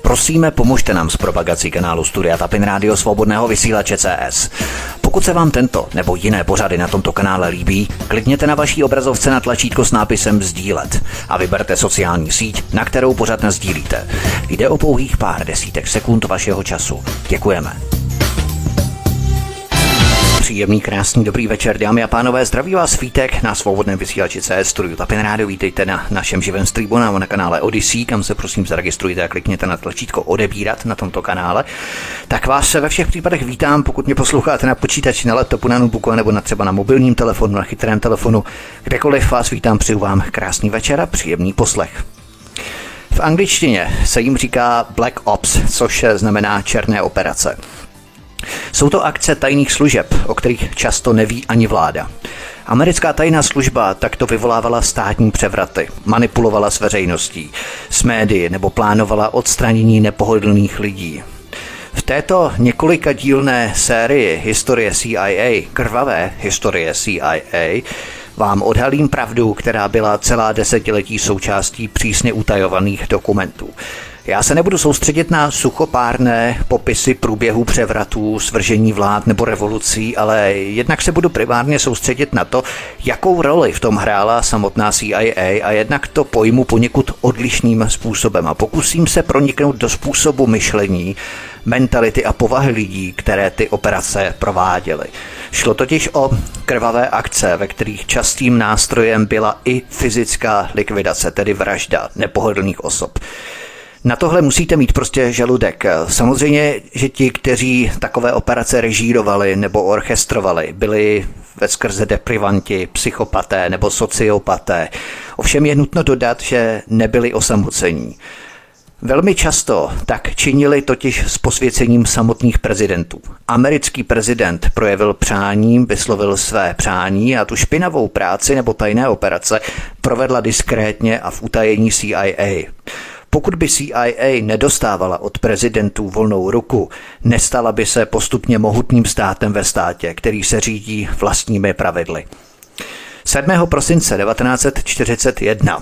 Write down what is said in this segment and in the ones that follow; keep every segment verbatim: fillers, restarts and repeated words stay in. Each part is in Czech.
Prosíme, pomožte nám s propagací kanálu Studia Tapin Rádio Svobodného vysílače C S. Pokud se vám tento nebo jiné pořady na tomto kanále líbí, klikněte na vaší obrazovce na tlačítko s nápisem sdílet a vyberte sociální síť, na kterou pořad nasdílíte. Jde o pouhých pár desítek sekund vašeho času. Děkujeme. Příjemný, krásný, dobrý večer, dámy a pánové, zdraví vás Vítek na svobodném vysílači C S Studiu Tapin Rádio. Vítejte na našem živém streamu nebo na kanále Odyssey, kam se prosím zaregistrujte a klikněte na tlačítko odebírat na tomto kanále. Tak vás se ve všech případech vítám, pokud mě posloucháte na počítači, na laptopu, na notebooku nebo na třeba na mobilním telefonu, na chytrém telefonu, kdekoliv vás vítám, přeju vám krásný večer a příjemný poslech. V angličtině se jim říká Black Ops, což znamená černé operace. Jsou to akce tajných služeb, o kterých často neví ani vláda. Americká tajná služba takto vyvolávala státní převraty, manipulovala s veřejností, s médii nebo plánovala odstranění nepohodlných lidí. V této několika dílné sérii historie C I A, krvavé historie C I A, vám odhalím pravdu, která byla celá desetiletí součástí přísně utajovaných dokumentů. Já se nebudu soustředit na suchopárné popisy průběhu převratů, svržení vlád nebo revolucí, ale jednak se budu primárně soustředit na to, jakou roli v tom hrála samotná C I A a jednak to pojmu poněkud odlišným způsobem a pokusím se proniknout do způsobu myšlení, mentality a povahy lidí, které ty operace prováděly. Šlo totiž o krvavé akce, ve kterých častým nástrojem byla i fyzická likvidace, tedy vražda nepohodlných osob. Na tohle musíte mít prostě žaludek. Samozřejmě, že ti, kteří takové operace režírovali nebo orchestrovali, byli veskrze deprivanti, psychopaté nebo sociopaté. Ovšem je nutno dodat, že nebyli osamocení. Velmi často tak činili totiž s posvěcením samotných prezidentů. Americký prezident projevil přání, vyslovil své přání a tu špinavou práci nebo tajné operace provedla diskrétně a v utajení C I A. Pokud by C I A nedostávala od prezidentů volnou ruku, nestala by se postupně mohutným státem ve státě, který se řídí vlastními pravidly. sedmého prosince devatenáct set čtyřicet jedna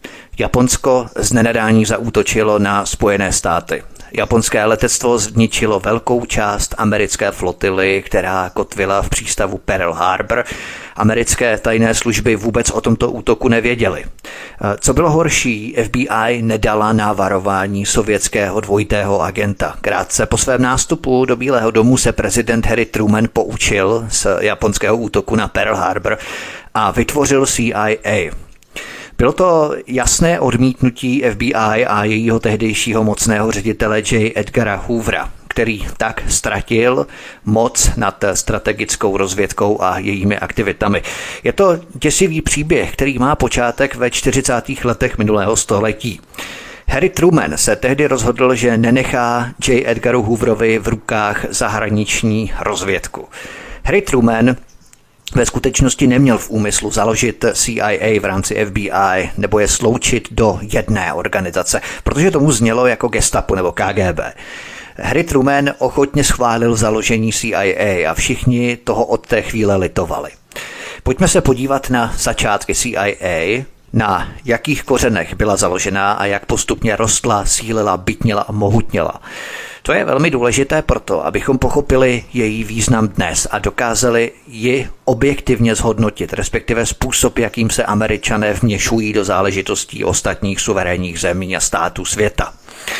Japonsko z nenadání zaútočilo na Spojené státy. Japonské letectvo zničilo velkou část americké flotily, která kotvila v přístavu Pearl Harbor. Americké tajné služby vůbec o tomto útoku nevěděly. Co bylo horší, F B I nedala na varování sovětského dvojitého agenta. Krátce po svém nástupu do Bílého domu se prezident Harry Truman poučil z japonského útoku na Pearl Harbor a vytvořil C I A. Bylo to jasné odmítnutí F B I a jejího tehdejšího mocného ředitele J. Edgara Hoovera, který tak ztratil moc nad strategickou rozvědkou a jejími aktivitami. Je to děsivý příběh, který má počátek ve čtyřicátých letech minulého století. Harry Truman se tehdy rozhodl, že nenechá J. Edgaru Hooverovi v rukách zahraniční rozvědku. Harry Truman ve skutečnosti neměl v úmyslu založit C I A v rámci F B I nebo je sloučit do jedné organizace, protože tomu znělo jako Gestapo nebo K G B. Harry Truman ochotně schválil založení C I A a všichni toho od té chvíle litovali. Pojďme se podívat na začátky C I A, na jakých kořenech byla založená a jak postupně rostla, sílila, bytnila a mohutněla. To je velmi důležité proto, abychom pochopili její význam dnes a dokázali ji objektivně zhodnotit, respektive způsob, jakým se Američané vměšují do záležitostí ostatních suverénních zemí a států světa.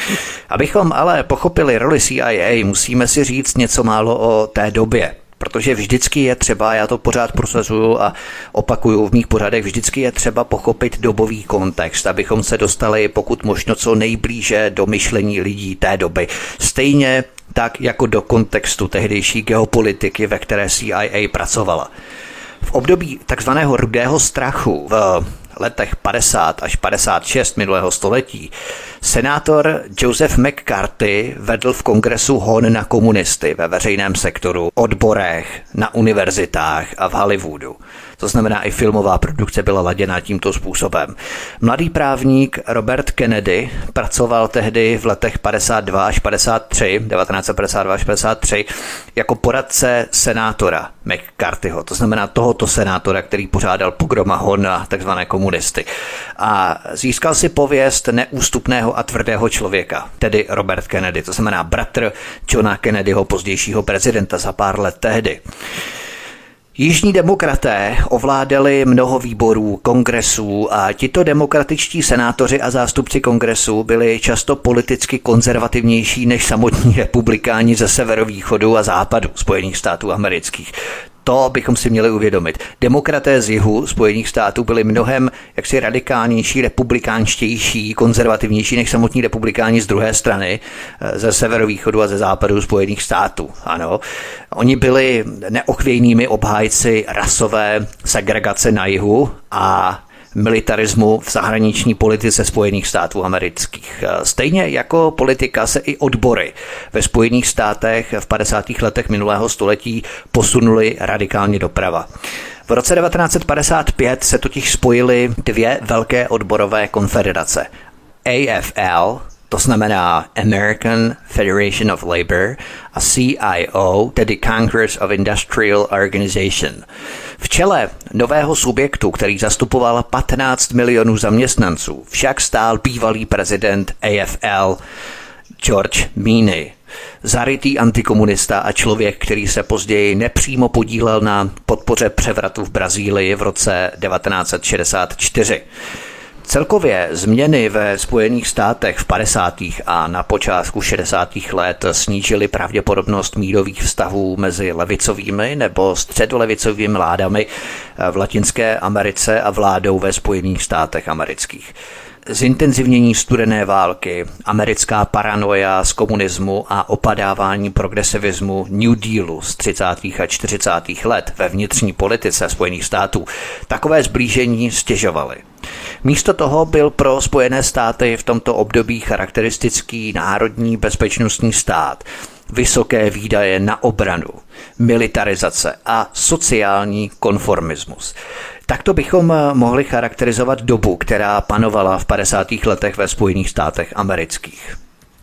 Abychom ale pochopili roli C I A, musíme si říct něco málo o té době. Protože vždycky je třeba, já to pořád prosazuju a opakuju v mých pořadech, vždycky je třeba pochopit dobový kontext, abychom se dostali pokud možno co nejblíže do myšlení lidí té doby. Stejně tak jako do kontextu tehdejší geopolitiky, ve které C I A pracovala. V období takzvaného rudého strachu v letech padesát až padesát šest minulého století senátor Joseph McCarthy vedl v kongresu hon na komunisty ve veřejném sektoru, odborech, na univerzitách a v Hollywoodu. To znamená, i filmová produkce byla laděná tímto způsobem. Mladý právník Robert Kennedy pracoval tehdy v letech padesát dva až padesát tři, devatenáct set padesát dva až padesát tři, jako poradce senátora McCarthyho. To znamená tohoto senátora, který pořádal pogromahon na takzvané komunisty. A získal si pověst neústupného a tvrdého člověka, tedy Robert Kennedy, to znamená bratr Johna Kennedyho, pozdějšího prezidenta za pár let tehdy. Jižní demokraté ovládali mnoho výborů, kongresů a tito demokratičtí senátoři a zástupci kongresu byli často politicky konzervativnější než samotní republikáni ze severovýchodu a západu Spojených států amerických. To bychom si měli uvědomit. Demokraté z jihu Spojených států byli mnohem jaksi radikálnější, republikánštější, konzervativnější než samotní republikáni z druhé strany, ze severovýchodu a ze západu Spojených států. Ano, oni byli neochvějnými obhájci rasové segregace na jihu a militarismu v zahraniční politice Spojených států amerických. Stejně jako politika se i odbory ve Spojených státech v padesátých letech minulého století posunuly radikálně doprava. V roce devatenáct set padesát pět se totiž spojily dvě velké odborové konfederace. A F L, to znamená American Federation of Labor, a C I O, tedy Congress of Industrial Organization. V čele nového subjektu, který zastupoval patnáct milionů zaměstnanců, však stál bývalý prezident A F L George Meany, zarytý antikomunista a člověk, který se později nepřímo podílel na podpoře převratu v Brazílii v roce devatenáct set šedesát čtyři. Celkově změny ve Spojených státech v padesátých a na počátku šedesátých let snížily pravděpodobnost mírových vztahů mezi levicovými nebo středolevicovými vládami v Latinské Americe a vládou ve Spojených státech amerických. Zintenzivnění studené války, americká paranoia z komunismu a opadávání progresivismu New Dealu z třicátých a čtyřicátých let ve vnitřní politice Spojených států takové zblížení stěžovaly. Místo toho byl pro Spojené státy v tomto období charakteristický národní bezpečnostní stát, vysoké výdaje na obranu, militarizace a sociální konformismus. Takto bychom mohli charakterizovat dobu, která panovala v padesátých letech ve Spojených státech amerických.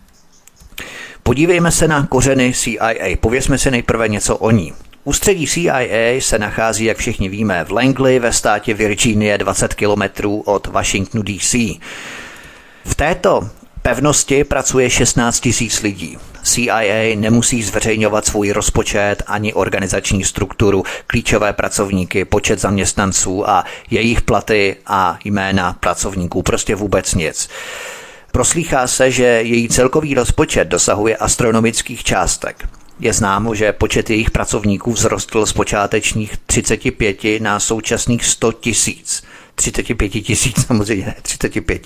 Podívejme se na kořeny C I A. Povězme si nejprve něco o ní. Ústředí C I A se nachází, jak všichni víme, v Langley ve státě Virginie, dvacet kilometrů od Washingtonu D C. V této pevnosti pracuje šestnáct tisíc lidí. C I A nemusí zveřejňovat svůj rozpočet ani organizační strukturu, klíčové pracovníky, počet zaměstnanců a jejich platy a jména pracovníků, prostě vůbec nic. Proslýchá se, že její celkový rozpočet dosahuje astronomických částek. Je známo, že počet jejich pracovníků vzrostl z počátečních třicet pět na současných sto tisíc. třicet pět tisíc samozřejmě, ne, třicet pět.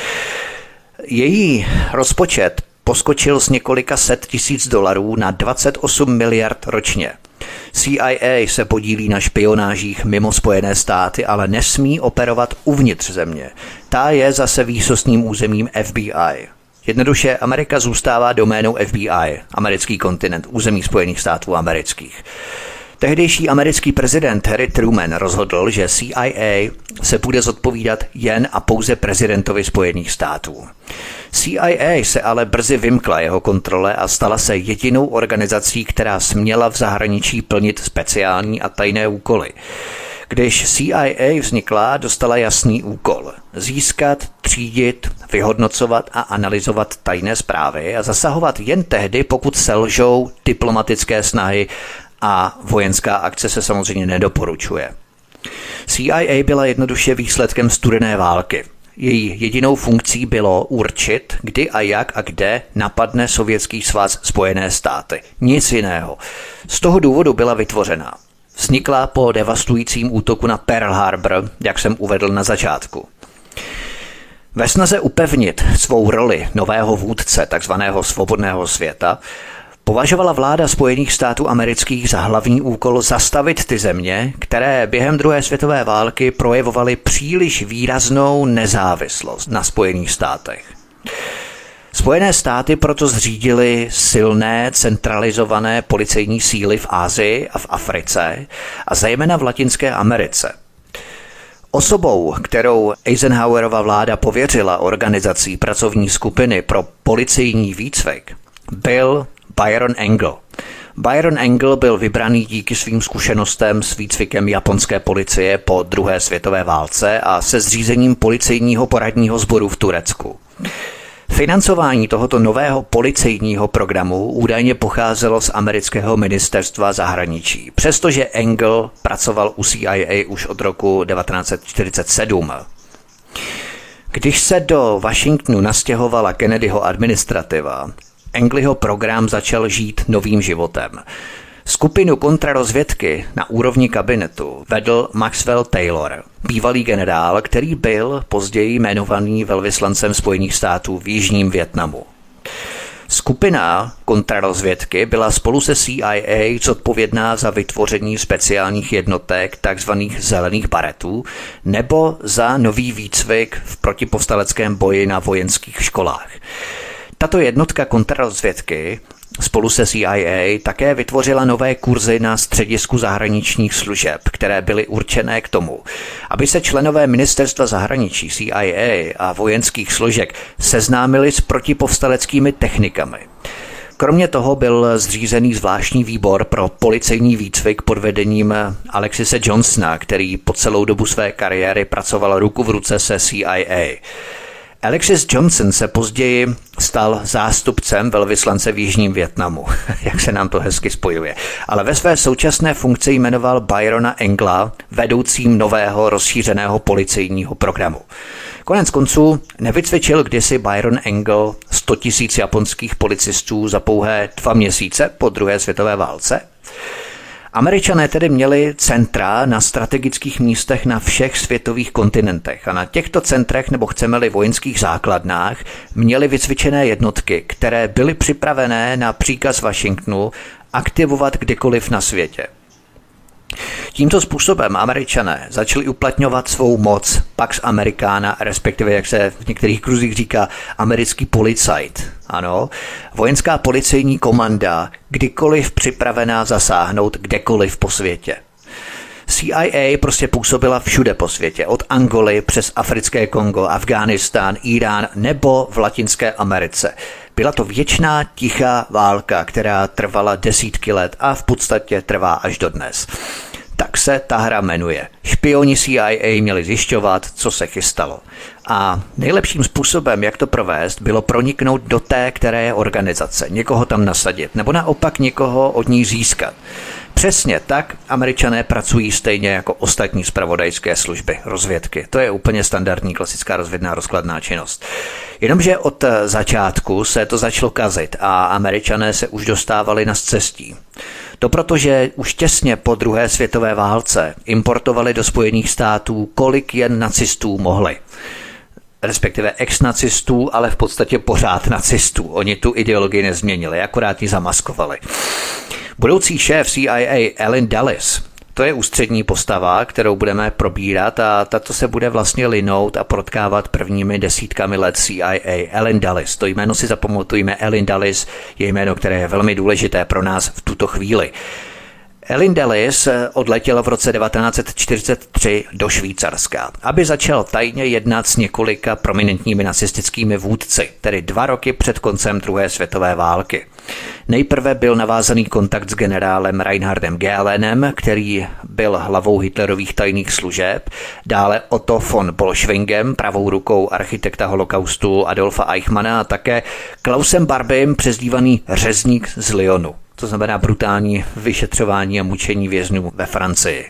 Její rozpočet poskočil z několika set tisíc dolarů na dvacet osm miliard ročně. C I A se podílí na špionážích mimo Spojené státy, ale nesmí operovat uvnitř země. Ta je zase výsostným územím F B I. Jednoduše Amerika zůstává doménou F B I, americký kontinent, území Spojených států amerických. Tehdejší americký prezident Harry Truman rozhodl, že C I A se bude zodpovídat jen a pouze prezidentovi Spojených států. C I A se ale brzy vymkla jeho kontrole a stala se jedinou organizací, která směla v zahraničí plnit speciální a tajné úkoly. Když C I A vznikla, dostala jasný úkol – získat, třídit, vyhodnocovat a analyzovat tajné zprávy a zasahovat jen tehdy, pokud selžou diplomatické snahy a vojenská akce se samozřejmě nedoporučuje. C I A byla jednoduše výsledkem studené války. Její jedinou funkcí bylo určit, kdy a jak a kde napadne Sovětský svaz Spojené státy. Nic jiného. Z toho důvodu byla vytvořena. Vznikla po devastujícím útoku na Pearl Harbor, jak jsem uvedl na začátku. Ve snaze upevnit svou roli nového vůdce takzvaného svobodného světa považovala vláda Spojených států amerických za hlavní úkol zastavit ty země, které během druhé světové války projevovaly příliš výraznou nezávislost na Spojených státech. Spojené státy proto zřídily silné centralizované policejní síly v Asii a v Africe a zejména v Latinské Americe. Osobou, kterou Eisenhowerova vláda pověřila organizací pracovní skupiny pro policejní výcvik, byl Byron Engel. Byron Engel byl vybraný díky svým zkušenostem s výcvikem japonské policie po druhé světové válce a se zřízením policejního poradního sboru v Turecku. Financování tohoto nového policejního programu údajně pocházelo z amerického ministerstva zahraničí, přestože Engel pracoval u C I A už od roku devatenáct set čtyřicet sedm. Když se do Washingtonu nastěhovala Kennedyho administrativa, Engelho program začal žít novým životem. Skupinu kontrarozvědky na úrovni kabinetu vedl Maxwell Taylor, bývalý generál, který byl později jmenovaný velvyslancem Spojených států v Jižním Vietnamu. Skupina kontrarozvědky byla spolu se C I A zodpovědná za vytvoření speciálních jednotek takzvaných zelených baretů nebo za nový výcvik v protipovstaleckém boji na vojenských školách. Tato jednotka kontrarozvědky spolu se C I A také vytvořila nové kurzy na středisku zahraničních služeb, které byly určené k tomu, aby se členové ministerstva zahraničí C I A a vojenských složek seznámili s protipovstaleckými technikami. Kromě toho byl zřízený zvláštní výbor pro policejní výcvik pod vedením Alexise Johnsona, který po celou dobu své kariéry pracoval ruku v ruce se C I A. Alexis Johnson se později stal zástupcem velvyslance v Jižním Vietnamu, jak se nám to hezky spojuje, ale ve své současné funkci jmenoval Byrona Engla vedoucím nového rozšířeného policejního programu. Konec konců nevycvičil kdysi Byron Engel sto tisíc japonských policistů za pouhé dva měsíce po druhé světové válce? Američané tedy měli centra na strategických místech na všech světových kontinentech a na těchto centrech, nebo chceme-li vojenských základnách, měli vycvičené jednotky, které byly připravené na příkaz Washingtonu aktivovat kdykoliv na světě. Tímto způsobem Američané začali uplatňovat svou moc Pax Americana, respektive, jak se v některých kruzích říká, americký policajt. Ano, vojenská policejní komanda, kdykoliv připravená zasáhnout kdekoliv po světě. C I A prostě působila všude po světě, od Angoly přes Africké Kongo, Afghánistán, Irán nebo v Latinské Americe. Byla to věčná tichá válka, která trvala desítky let a v podstatě trvá až dodnes. Tak se ta hra jmenuje. Špioni C I A měli zjišťovat, co se chystalo. A nejlepším způsobem, jak to provést, bylo proniknout do té, které je organizace, někoho tam nasadit, nebo naopak někoho od ní získat. Přesně tak Američané pracují stejně jako ostatní zpravodajské služby, rozvědky. To je úplně standardní klasická rozvědná rozkladná činnost. Jenomže od začátku se to začalo kazit a Američané se už dostávali na scestí. To protože už těsně po druhé světové válce importovali do Spojených států, kolik jen nacistů mohli. Respektive ex-nacistů, ale v podstatě pořád nacistů. Oni tu ideologii nezměnili, akorát ji zamaskovali. Budoucí šéf C I A Allen Dulles, to je ústřední postava, kterou budeme probírat a tato se bude vlastně linout a protkávat prvními desítkami let C I A. Allen Dulles, to jméno si zapamatujme, Allen Dulles je jméno, které je velmi důležité pro nás v tuto chvíli. Allen Dulles odletěl v roce devatenáct set čtyřicet tři do Švýcarska, aby začal tajně jednat s několika prominentními nacistickými vůdci, tedy dva roky před koncem druhé světové války. Nejprve byl navázaný kontakt s generálem Reinhardem Gehlenem, který byl hlavou Hitlerových tajných služeb, dále Otto von Bolschwingem, pravou rukou architekta holokaustu Adolfa Eichmanna a také Klausem Barbiem, přezdívaný Řezník z Lyonu. To znamená brutální vyšetřování a mučení vězňů ve Francii.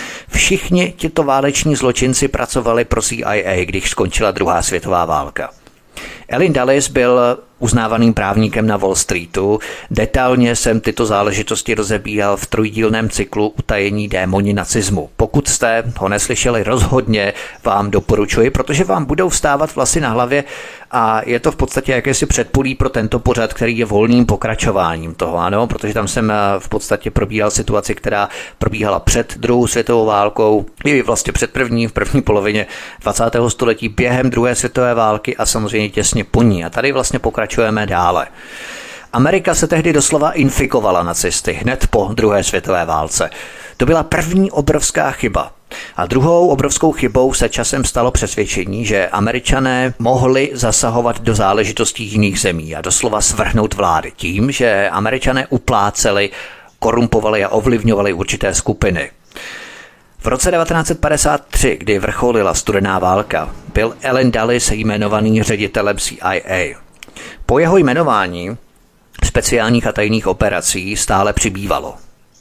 Všichni tito váleční zločinci pracovali pro C I A, když skončila druhá světová válka. Allen Dulles byl uznávaným právníkem na Wall Streetu. Detailně jsem tyto záležitosti rozebíral v trojdílném cyklu Utajení démoni nacismu. Pokud jste ho neslyšeli, rozhodně vám doporučuji, protože vám budou vstávat vlasy na hlavě a je to v podstatě jakési předpolí pro tento pořad, který je volným pokračováním toho, ano, protože tam jsem v podstatě probíral situaci, která probíhala před druhou světovou válkou, i vlastně před první, v první polovině dvacátého století, během druhé světové války a samozřejmě těsně po ní. A tady vlastně pokračujeme dále. Amerika se tehdy doslova infikovala nacisty hned po druhé světové válce. To byla první obrovská chyba. A druhou obrovskou chybou se časem stalo přesvědčení, že Američané mohli zasahovat do záležitostí jiných zemí a doslova svrhnout vlády tím, že Američané upláceli, korumpovali a ovlivňovali určité skupiny. V roce devatenáct set padesát tři, kdy vrcholila studená válka, byl Allen Dulles jmenovaný ředitelem C I A. Po jeho jmenování speciálních a tajných operací stále přibývalo.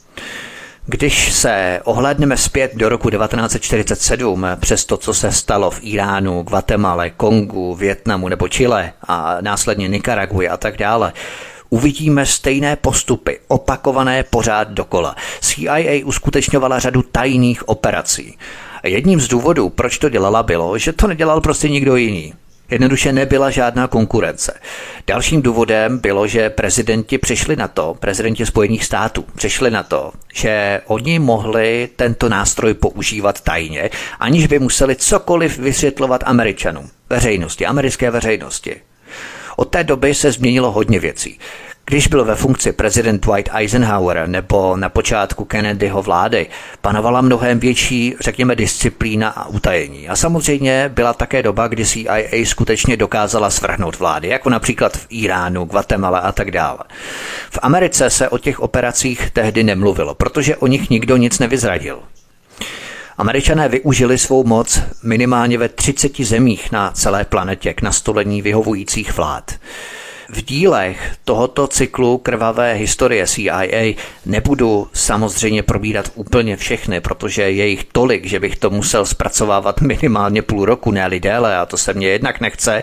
Když se ohlédneme zpět do roku devatenáct set čtyřicet sedm, přes to, co se stalo v Iránu, Guatemale, Kongu, Vietnamu nebo Chile a následně Nikaraguji a tak dále, uvidíme stejné postupy, opakované pořád dokola. C I A uskutečňovala řadu tajných operací. Jedním z důvodů, proč to dělala, bylo, že to nedělal prostě nikdo jiný. Jednoduše nebyla žádná konkurence. Dalším důvodem bylo, že prezidenti přišli na to, prezidenti Spojených států přišli na to, že oni mohli tento nástroj používat tajně, aniž by museli cokoliv vysvětlovat Američanům, veřejnosti, americké veřejnosti. Od té doby se změnilo hodně věcí. Když byl ve funkci prezident Dwight Eisenhower nebo na počátku Kennedyho vlády, panovala mnohem větší, řekněme, disciplína a utajení. A samozřejmě byla také doba, kdy C I A skutečně dokázala svrhnout vlády, jako například v Iránu, Guatemala a tak dále. V Americe se o těch operacích tehdy nemluvilo, protože o nich nikdo nic nevyzradil. Američané využili svou moc minimálně ve třiceti zemích na celé planetě k nastolení vyhovujících vlád. V dílech tohoto cyklu krvavé historie C I A nebudu samozřejmě probírat úplně všechny, protože je jich tolik, že bych to musel zpracovávat minimálně půl roku, ne-li déle, a to se mně jednak nechce.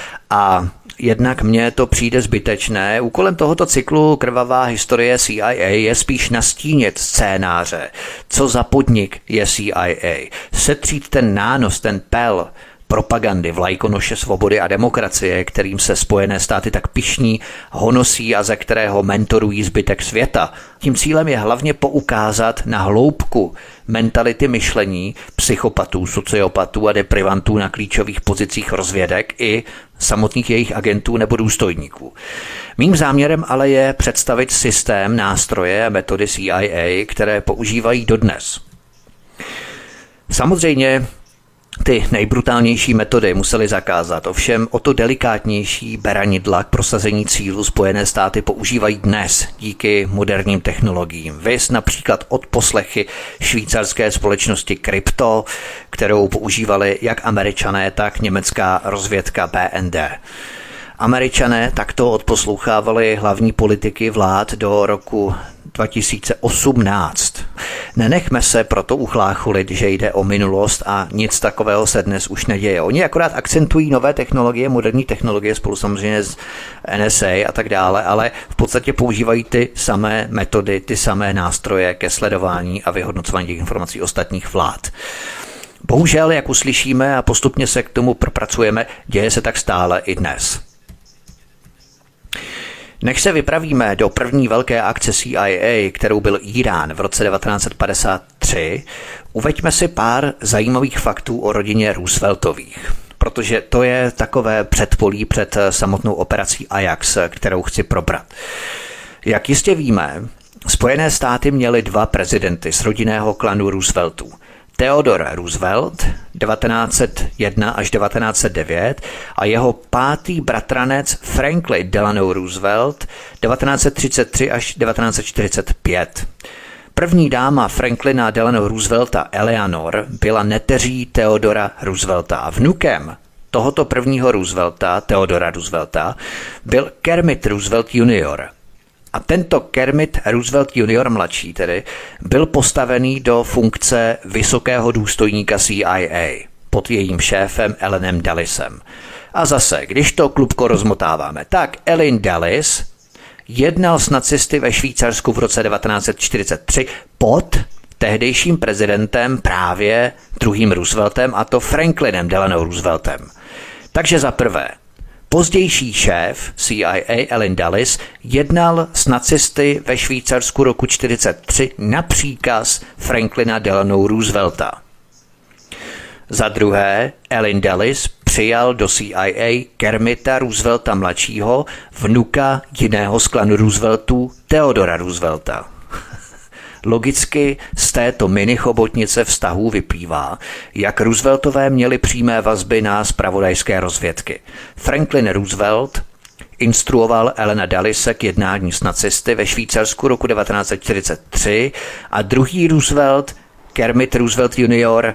A jednak mně to přijde zbytečné. Úkolem tohoto cyklu krvavá historie C I A je spíš nastínit scénáře, co za podnik je C I A, setřít ten nános, ten pel propagandy vlajkonoše svobody a demokracie, kterým se Spojené státy tak pyšní, honosí a ze kterého mentorují zbytek světa. Tím cílem je hlavně poukázat na hloubku mentality myšlení psychopatů, sociopatů a deprivantů na klíčových pozicích rozvědek i samotných jejich agentů nebo důstojníků. Mým záměrem ale je představit systém, nástroje a metody C I A, které používají dodnes. Samozřejmě ty nejbrutálnější metody museli zakázat, ovšem o to delikátnější beranidla k prosazení cílu Spojené státy používají dnes díky moderním technologiím. Viz například odposlechy švýcarské společnosti Crypto, kterou používali jak Američané, tak německá rozvědka B N D. Američané takto odposlouchávali hlavní politiky vlád do roku dva tisíce osmnáct. Nenechme se proto uchlácholit, že jde o minulost a nic takového se dnes už neděje. Oni akorát akcentují nové technologie, moderní technologie spolu samozřejmě s N S A a tak dále, ale v podstatě používají ty samé metody, ty samé nástroje ke sledování a vyhodnocování těch informací ostatních vlád. Bohužel, jak uslyšíme a postupně se k tomu propracujeme, děje se tak stále i dnes. Než se vypravíme do první velké akce C I A, kterou byl Irán v roce devatenáct set padesát tři, uveďme si pár zajímavých faktů o rodině Rooseveltových, protože to je takové předpolí před samotnou operací Ajax, kterou chci probrat. Jak jistě víme, Spojené státy měly dva prezidenty z rodinného klanu Rooseveltů. Theodore Roosevelt devatenáct set jedna až devatenáct set devět a jeho pátý bratranec Franklin Delano Roosevelt devatenáct set třicet tři až devatenáct set čtyřicet pět. První dáma Franklina Delano Roosevelta Eleanor byla neteří Theodora Roosevelta a vnukem tohoto prvního Roosevelta, Theodora Roosevelta, byl Kermit Roosevelt junior A tento Kermit Roosevelt junior mladší tedy byl postavený do funkce vysokého důstojníka C I A pod jejím šéfem Allenem Dullesem. A zase, když to klubko rozmotáváme, tak Allen Dulles jednal s nacisty ve Švýcarsku v roce devatenáct set čtyřicet tři pod tehdejším prezidentem právě druhým Rooseveltem, a to Franklinem Delano Rooseveltem. Takže za prvé, pozdější šéf C I A Allen Dulles jednal s nacisty ve Švýcarsku roku čtyřicet tři na příkaz Franklina Delano Roosevelta. Za druhé, Allen Dulles přijal do C I A Kermita Roosevelta mladšího, vnuka jiného z klanu Rooseveltů, Theodora Roosevelta. Logicky z této mini chobotnice vztahů vyplývá, jak Rooseveltové měli přímé vazby na zpravodajské rozvědky. Franklin Roosevelt instruoval Allena Dullise k jednání s nacisty ve Švýcarsku roku devatenáct set čtyřicet tři a druhý Roosevelt, Kermit Roosevelt junior,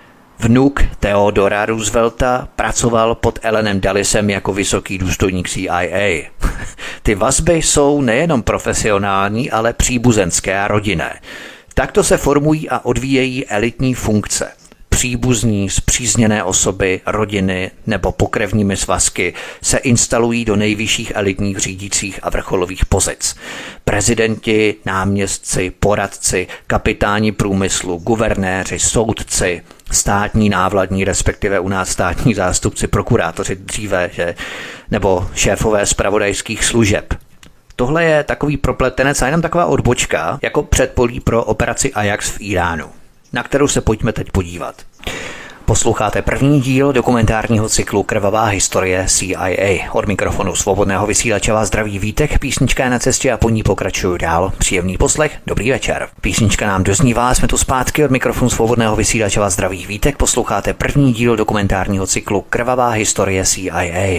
vnuk Theodora Roosevelta, pracoval pod Allenem Dullisem jako vysoký důstojník C I A. Ty vazby jsou nejenom profesionální, ale příbuzenské a rodinné. Takto se formují a odvíjejí elitní funkce. Příbuzní, spřízněné osoby, rodiny nebo pokrevními svazky se instalují do nejvyšších elitních řídících a vrcholových pozic. Prezidenti, náměstci, poradci, kapitáni průmyslu, guvernéři, soudci, státní návladní, respektive u nás státní zástupci, prokurátoři dříve, že? Nebo šéfové zpravodajských služeb. Tohle je takový propletenec a jenom taková odbočka jako předpolí pro operaci Ajax v Iránu, na kterou se pojďme teď podívat. Posloucháte první díl dokumentárního cyklu Krvavá historie C I A. Od mikrofonu svobodného vysílače vás zdraví Vítek, písnička je na cestě a po ní pokračuju dál. Příjemný poslech, dobrý večer. Písnička nám doznívá, jsme tu zpátky, od mikrofonu svobodného vysílače vás zdraví Vítek, posloucháte první díl dokumentárního cyklu Krvavá historie C I A.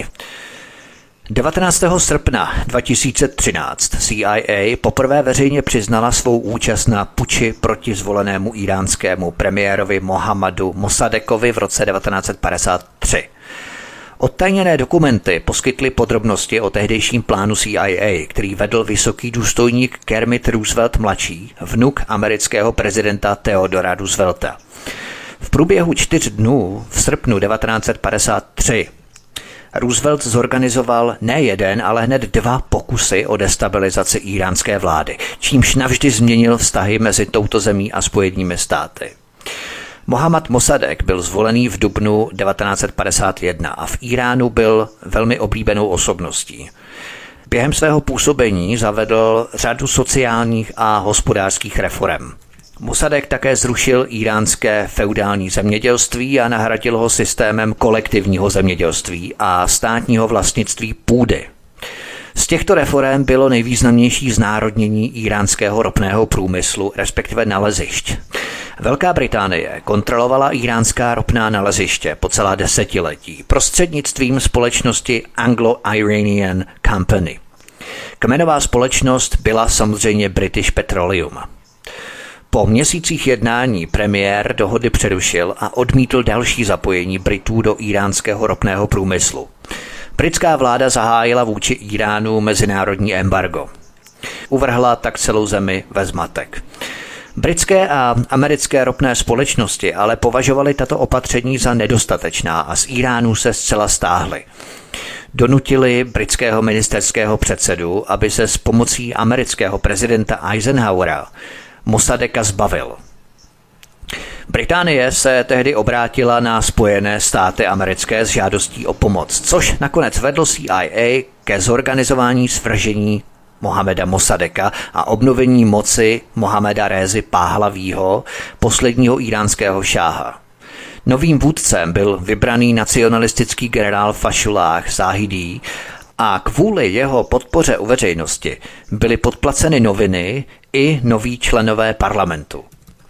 devatenáctého srpna dva tisíce třináct C I A poprvé veřejně přiznala svou účast na puči proti zvolenému iránskému premiérovi Mohammadu Mossadekovi v roce devatenáct set padesát tři. Odtajněné dokumenty poskytly podrobnosti o tehdejším plánu C I A, který vedl vysoký důstojník Kermit Roosevelt mladší, vnuk amerického prezidenta Theodora Roosevelta. V průběhu čtyř dnů v srpnu devatenáct set padesát tři Roosevelt zorganizoval ne jeden, ale hned dva pokusy o destabilizaci íránské vlády, čímž navždy změnil vztahy mezi touto zemí a Spojenými státy. Mohammad Mossadegh byl zvolený v dubnu devatenáct set padesát jedna a v Iránu byl velmi oblíbenou osobností. Během svého působení zavedl řadu sociálních a hospodářských reforem. Mossadegh také zrušil íránské feudální zemědělství a nahradil ho systémem kolektivního zemědělství a státního vlastnictví půdy. Z těchto reforem bylo nejvýznamnější znárodnění íránského ropného průmyslu, respektive nalezišť. Velká Británie kontrolovala iránská ropná naleziště po celá desetiletí prostřednictvím společnosti Anglo-Iranian Company. Kmenová společnost byla samozřejmě British Petroleum. Po měsících jednání premiér dohody přerušil a odmítl další zapojení Britů do íránského ropného průmyslu. Britská vláda zahájila vůči Iránu mezinárodní embargo. Uvrhla tak celou zemi ve zmatek. Britské a americké ropné společnosti ale považovaly tato opatření za nedostatečná a z Iránu se zcela stáhly. Donutili britského ministerského předsedu, aby se s pomocí amerického prezidenta Eisenhowera Mossadegha zbavil. Británie se tehdy obrátila na Spojené státy americké s žádostí o pomoc, což nakonec vedlo C I A ke zorganizování svržení Mohammeda Mossadegha a obnovení moci Mohammeda Rézy Páhlavího, posledního íránského šáha. Novým vůdcem byl vybraný nacionalistický generál Fašullah Záhidí a kvůli jeho podpoře u veřejnosti byly podplaceny noviny i noví členové parlamentu.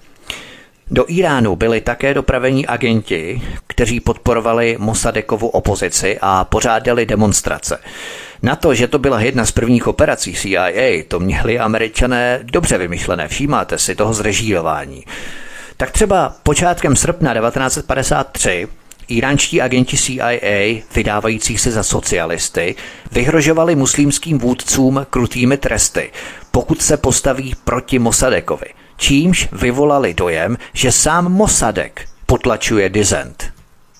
Do Iránu byli také dopravení agenti, kteří podporovali Mossadegovu opozici a pořádali demonstrace. Na to, že to byla jedna z prvních operací C I A, to měli Američané dobře vymyšlené, všímáte si toho zrežírování. Tak třeba počátkem srpna devatenáct set padesát tři íránští agenti C I A, vydávající se za socialisty, vyhrožovali muslimským vůdcům krutými tresty, pokud se postaví proti Mossadegovi, čímž vyvolali dojem, že sám Mossadegh potlačuje disent.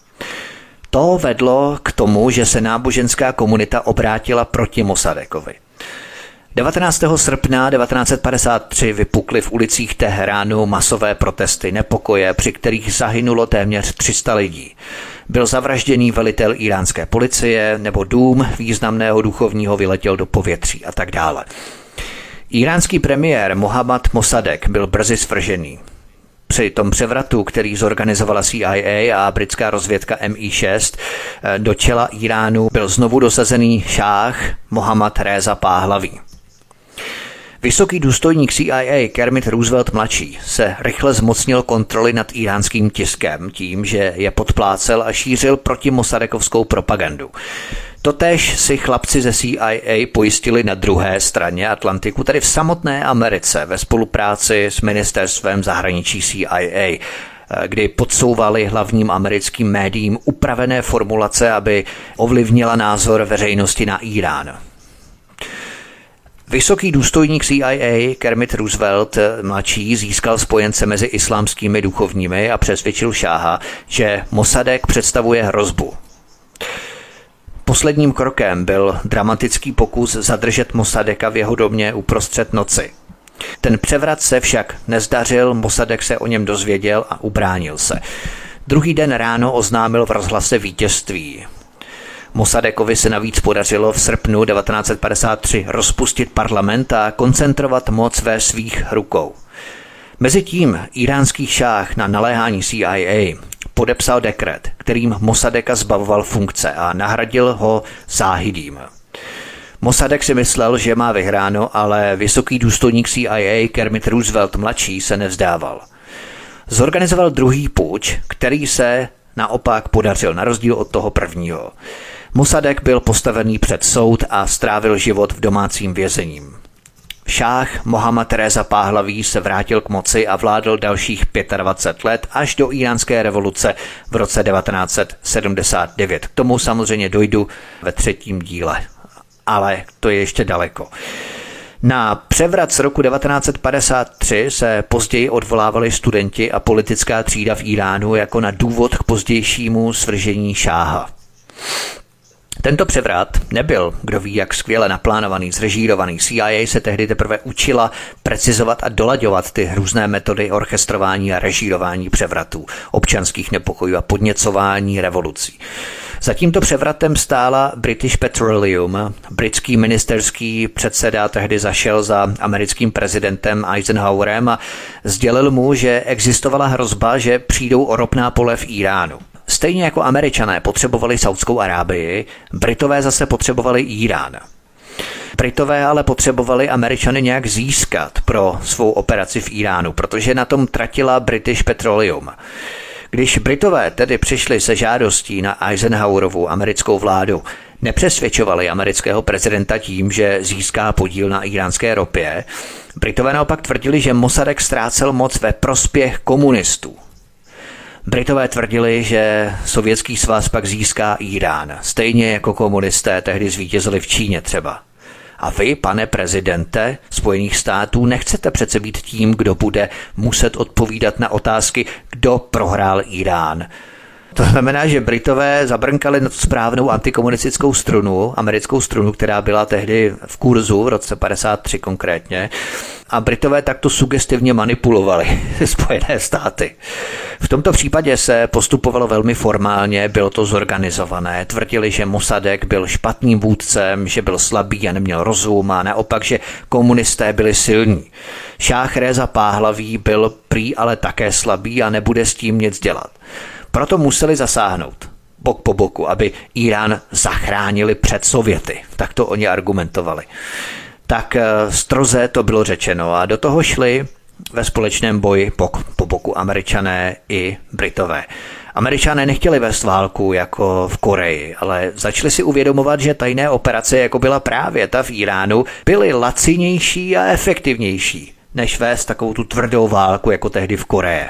To vedlo k tomu, že se náboženská komunita obrátila proti Mossadeghovi. devatenáctého srpna devatenáct set padesát tři vypukly v ulicích Teheránu masové protesty nepokoje, při kterých zahynulo téměř tři sta lidí. Byl zavražděný velitel iránské policie nebo dům významného duchovního vyletěl do povětří a tak dále. Iránský premiér Mohammad Mossadegh byl brzy svržený. Při tom převratu, který zorganizovala C I A a britská rozvědka M I šest, do čela Iránu byl znovu dosazený šáh Mohammad Réza Páhlaví. Vysoký důstojník C I A Kermit Roosevelt mladší se rychle zmocnil kontroly nad íránským tiskem tím, že je podplácel a šířil proti Mossadekovskou propagandu. Totéž si chlapci ze C I A pojistili na druhé straně Atlantiku, tedy v samotné Americe, ve spolupráci s ministerstvem zahraničí C I A, kdy podsouvali hlavním americkým médiím upravené formulace, aby ovlivnila názor veřejnosti na Irán. Vysoký důstojník C I A Kermit Roosevelt mladší získal spojence mezi islámskými duchovními a přesvědčil šáha, že Mossadegh představuje hrozbu. Posledním krokem byl dramatický pokus zadržet Mossadegha v jeho domě uprostřed noci. Ten převrat se však nezdařil, Mossadegh se o něm dozvěděl a ubránil se. Druhý den ráno oznámil v rozhlase vítězství. Mossadeghovi se navíc podařilo v srpnu devatenáct set padesát tři rozpustit parlament a koncentrovat moc ve svých rukou. Mezitím íránský šáh na naléhání C I A podepsal dekret, kterým Mossadegha zbavoval funkce a nahradil ho Záhidím. Mossadegh si myslel, že má vyhráno, ale vysoký důstojník C I A Kermit Roosevelt mladší se nevzdával. Zorganizoval druhý puč, který se naopak podařil na rozdíl od toho prvního. Mossadegh byl postavený před soud a strávil život v domácím vězením. Šáh Mohammad Réza Páhlaví se vrátil k moci a vládl dalších dvacet pět let až do iránské revoluce v roce devatenáct set sedmdesát devět. K tomu samozřejmě dojdu ve třetím díle, ale to je ještě daleko. Na převrat z roku devatenáct set padesát tři se později odvolávali studenti a politická třída v Iránu jako na důvod k pozdějšímu svržení šáha. Tento převrat nebyl, kdo ví, jak skvěle naplánovaný, zrežírovaný. C I A se tehdy teprve učila precizovat a dolaďovat ty různé metody orchestrování a režírování převratů, občanských nepokojů a podněcování revolucí. Za tímto převratem stála British Petroleum. Britský ministerský předseda tehdy zašel za americkým prezidentem Eisenhowerem a sdělil mu, že existovala hrozba, že přijdou o ropná pole v Iránu. Stejně jako Američané potřebovali Saudskou Arábii, Britové zase potřebovali Irán. Britové ale potřebovali Američany nějak získat pro svou operaci v Iránu, protože na tom tratila British Petroleum. Když Britové tedy přišli se žádostí na Eisenhowerovu americkou vládu, nepřesvědčovali amerického prezidenta tím, že získá podíl na iránské ropě, Britové naopak tvrdili, že Mossadegh ztrácel moc ve prospěch komunistů. Britové tvrdili, že Sovětský svaz pak získá Irán, stejně jako komunisté tehdy zvítězili v Číně třeba. A vy, pane prezidente Spojených států, nechcete přece být tím, kdo bude muset odpovídat na otázky, kdo prohrál Irán. To znamená, že Britové zabrnkali na správnou antikomunistickou strunu, americkou strunu, která byla tehdy v kurzu v roce padesát tři konkrétně, a Britové takto sugestivně manipulovali Spojené státy. V tomto případě se postupovalo velmi formálně, bylo to zorganizované. Tvrdili, že Mossadegh byl špatným vůdcem, že byl slabý a neměl rozum a naopak, že komunisté byli silní. Šáh Réza Páhlaví byl prý ale také slabý a nebude s tím nic dělat. Proto museli zasáhnout bok po boku, aby Irán zachránili před Sověty. Tak to oni argumentovali. Tak stroze to bylo řečeno a do toho šli ve společném boji bok po boku Američané i Britové. Američané nechtěli vést válku jako v Koreji, ale začali si uvědomovat, že tajné operace, jako byla právě ta v Iránu, byly lacinější a efektivnější, než vést takovou tu tvrdou válku, jako tehdy v Koreji.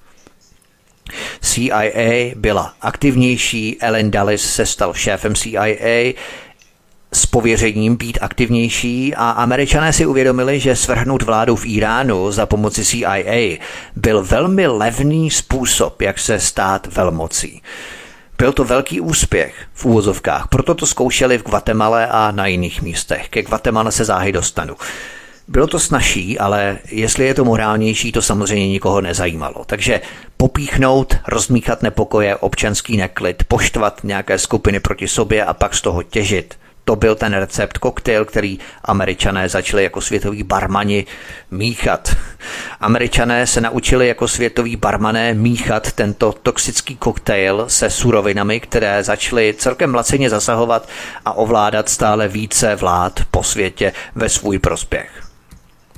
C I A byla aktivnější, Allen Dulles se stal šéfem C I A s pověřením být aktivnější a Američané si uvědomili, že svrhnout vládu v Iránu za pomoci C I A byl velmi levný způsob, jak se stát velmocí. Byl to velký úspěch v úvozovkách, proto to zkoušeli v Guatemale a na jiných místech. Ke Guatemala se záhy dostanu. Bylo to snazší, ale jestli je to morálnější, to samozřejmě nikoho nezajímalo. Takže popíchnout, rozmíchat nepokoje, občanský neklid, poštvat nějaké skupiny proti sobě a pak z toho těžit. To byl ten recept koktejl, který Američané začali jako světoví barmani míchat. Američané se naučili jako světoví barmané míchat tento toxický koktejl se surovinami, které začaly celkem lacině zasahovat a ovládat stále více vlád po světě ve svůj prospěch.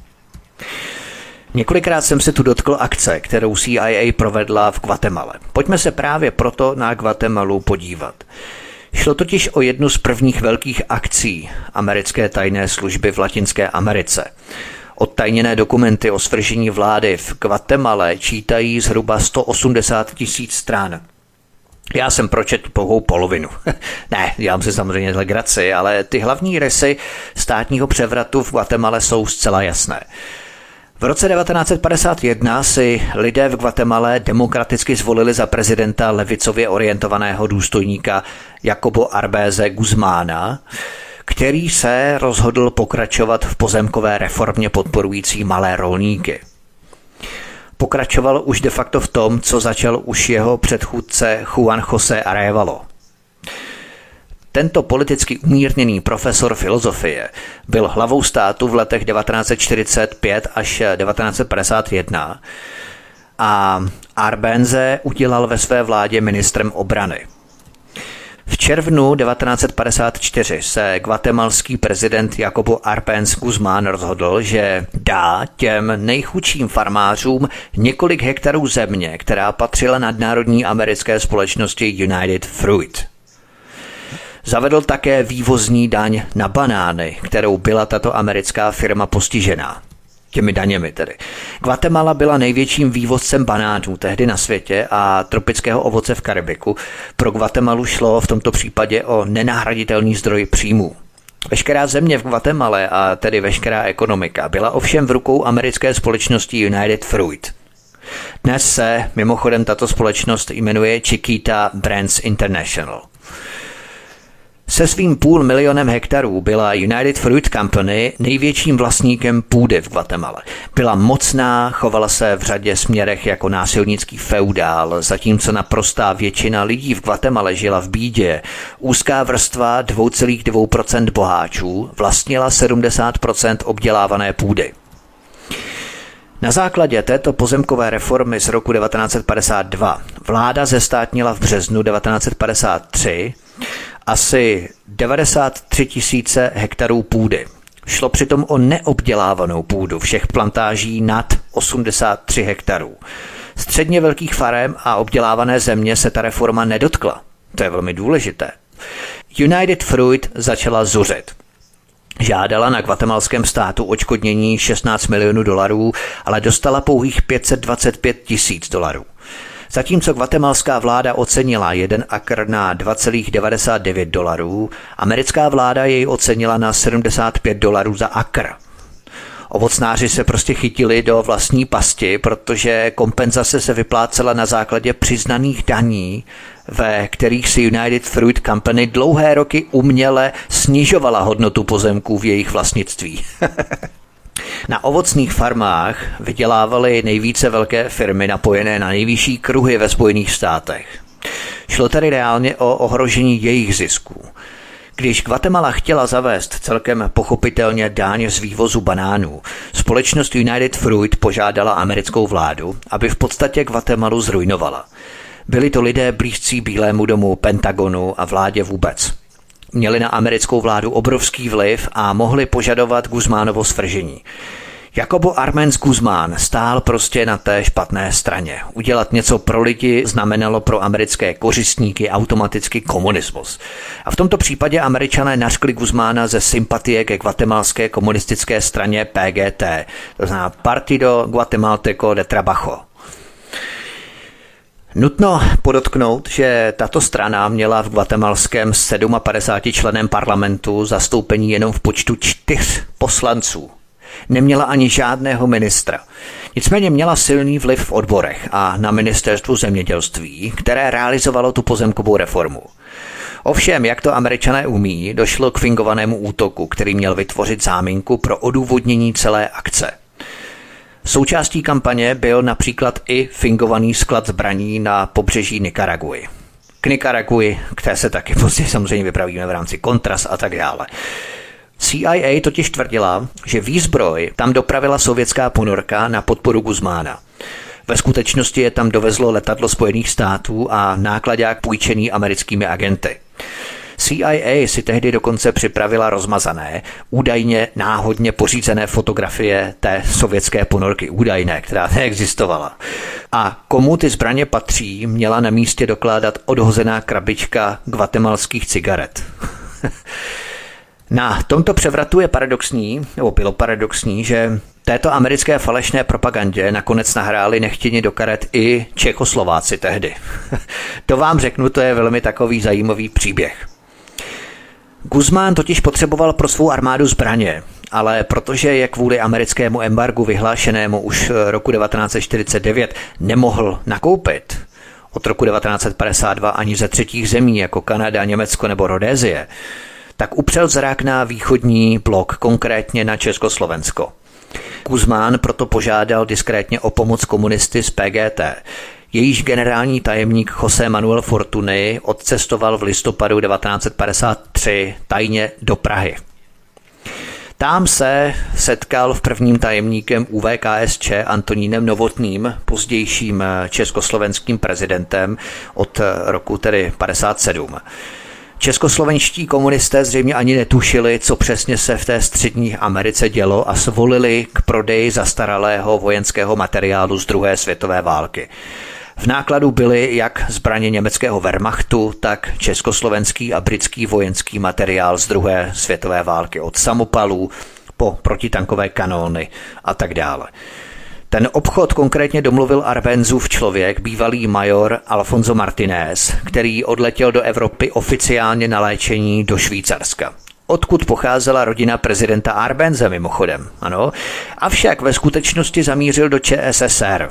Několikrát jsem se tu dotkl akce, kterou C I A provedla v Guatemale. Pojďme se právě proto na Guatemalu podívat. Šlo totiž o jednu z prvních velkých akcí americké tajné služby v Latinské Americe. Odtajněné dokumenty o svržení vlády v Guatemale čítají zhruba sto osmdesát tisíc stran. Já jsem pročetl pouhou polovinu. Ne, dělám si samozřejmě legraci, ale ty hlavní rysy státního převratu v Guatemale jsou zcela jasné. V roce devatenáct set padesát jedna si lidé v Guatemale demokraticky zvolili za prezidenta levicově orientovaného důstojníka Jacobo Arbéze Guzmána, který se rozhodl pokračovat v pozemkové reformě podporující malé rolníky. Pokračoval už de facto v tom, co začal už jeho předchůdce Juan José Arévalo. Tento politicky umírněný profesor filozofie byl hlavou státu v letech devatenáct set čtyřicet pět až devatenáct set padesát jedna a Arbéze udělal ve své vládě ministrem obrany. V červnu devatenáct set padesát čtyři se guatemalský prezident Jacobo Arbenz Guzmán rozhodl, že dá těm nejchudším farmářům několik hektarů země, která patřila nadnárodní americké společnosti United Fruit. Zavedl také vývozní daň na banány, kterou byla tato americká firma postižená. Těmi daněmi tedy. Guatemala byla největším vývozcem banánů tehdy na světě a tropického ovoce v Karibiku. Pro Guatemalu šlo v tomto případě o nenahraditelný zdroj příjmů. Veškerá země v Guatemale a tedy veškerá ekonomika byla ovšem v rukou americké společnosti United Fruit. Dnes se mimochodem tato společnost jmenuje Chiquita Brands International. Se svým půl milionem hektarů byla United Fruit Company největším vlastníkem půdy v Guatemale. Byla mocná, chovala se v řadě směrech jako násilnický feudál, zatímco naprostá většina lidí v Guatemale žila v bídě. Úzká vrstva dvě celá dvě procenta boháčů vlastnila sedmdesát procent obdělávané půdy. Na základě této pozemkové reformy z roku devatenáct set padesát dva vláda zestátnila v březnu devatenáct set padesát tři asi devadesát tři tisíce hektarů půdy. Šlo přitom o neobdělávanou půdu všech plantáží nad osmdesát tři hektarů. Středně velkých farem a obdělávané země se ta reforma nedotkla. To je velmi důležité. United Fruit začala zuřit. Žádala na guatemalském státu odškodnění šestnáct milionů dolarů, ale dostala pouhých pět set dvacet pět tisíc dolarů. Zatímco guatemalská vláda ocenila jeden akr na dva celá devadesát devět dolarů, americká vláda jej ocenila na sedmdesát pět dolarů za akr. Ovocnáři se prostě chytili do vlastní pasti, protože kompenzace se vyplácela na základě přiznaných daní, ve kterých si United Fruit Company dlouhé roky uměle snižovala hodnotu pozemků v jejich vlastnictví. Na ovocných farmách vydělávaly nejvíce velké firmy napojené na nejvyšší kruhy ve Spojených státech. Šlo tedy reálně o ohrožení jejich zisků. Když Guatemala chtěla zavést celkem pochopitelně daň z vývozu banánů, společnost United Fruit požádala americkou vládu, aby v podstatě Guatemalu zrujnovala. Byli to lidé blízcí Bílému domu, Pentagonu a vládě vůbec. Měli na americkou vládu obrovský vliv a mohli požadovat Guzmánovo svržení. Jacobo Arbenz Guzmán stál prostě na té špatné straně. Udělat něco pro lidi znamenalo pro americké kořistníky automaticky komunismus. A v tomto případě Američané nařkli Guzmána ze sympatie ke guatemalské komunistické straně P G T, to znamená Partido Guatemalteco de Trabajo. Nutno podotknout, že tato strana měla v guatemalském padesát členém parlamentu zastoupení jenom v počtu čtyř poslanců. Neměla ani žádného ministra. Nicméně měla silný vliv v odborech a na ministerstvu zemědělství, které realizovalo tu pozemkovou reformu. Ovšem, jak to Američané umí, došlo k fingovanému útoku, který měl vytvořit záminku pro odůvodnění celé akce. Součástí kampaně byl například i fingovaný sklad zbraní na pobřeží Nikaraguy. K Nikaraguy, které se taky později samozřejmě vypravíme v rámci Contras a tak dále. C I A totiž tvrdila, že výzbroj tam dopravila sovětská ponorka na podporu Guzmána. Ve skutečnosti je tam dovezlo letadlo Spojených států a nákladák půjčený americkými agenty. C I A si tehdy dokonce připravila rozmazané, údajně náhodně pořízené fotografie té sovětské ponorky, údajné, která neexistovala. A komu ty zbraně patří, měla na místě dokládat odhozená krabička guatemalských cigaret. Na tomto převratu je paradoxní, nebo bylo paradoxní, že této americké falešné propagandě nakonec nahráli nechtěně do karet i Čechoslováci tehdy. To vám řeknu, to je velmi takový zajímavý příběh. Guzmán totiž potřeboval pro svou armádu zbraně, ale protože je kvůli americkému embargu vyhlášenému už roku devatenáct set čtyřicet devět nemohl nakoupit od roku devatenáct set padesát dva ani ze třetích zemí jako Kanada, Německo nebo Rodézie, tak upřel zrak na východní blok, konkrétně na Československo. Guzmán proto požádal diskrétně o pomoc komunisty z P G T. Jejíž generální tajemník José Manuel Fortuny odcestoval v listopadu devatenáct set padesát tři tajně do Prahy. Tam se setkal v prvním tajemníkem U V K S Č Antonínem Novotným, pozdějším československým prezidentem od roku tedy padesát sedm. Českoslovenští komunisté zřejmě ani netušili, co přesně se v té střední Americe dělo a svolili k prodeji zastaralého vojenského materiálu z druhé světové války. V nákladu byly jak zbraně německého Wehrmachtu, tak československý a britský vojenský materiál z druhé světové války, od samopalů po protitankové kanóny a tak dále. Ten obchod konkrétně domluvil Arbenzoův člověk, bývalý major Alfonso Martinez, který odletěl do Evropy oficiálně na léčení do Švýcarska. Odkud pocházela rodina prezidenta Arbenze mimochodem, ano, avšak ve skutečnosti zamířil do Č S S R.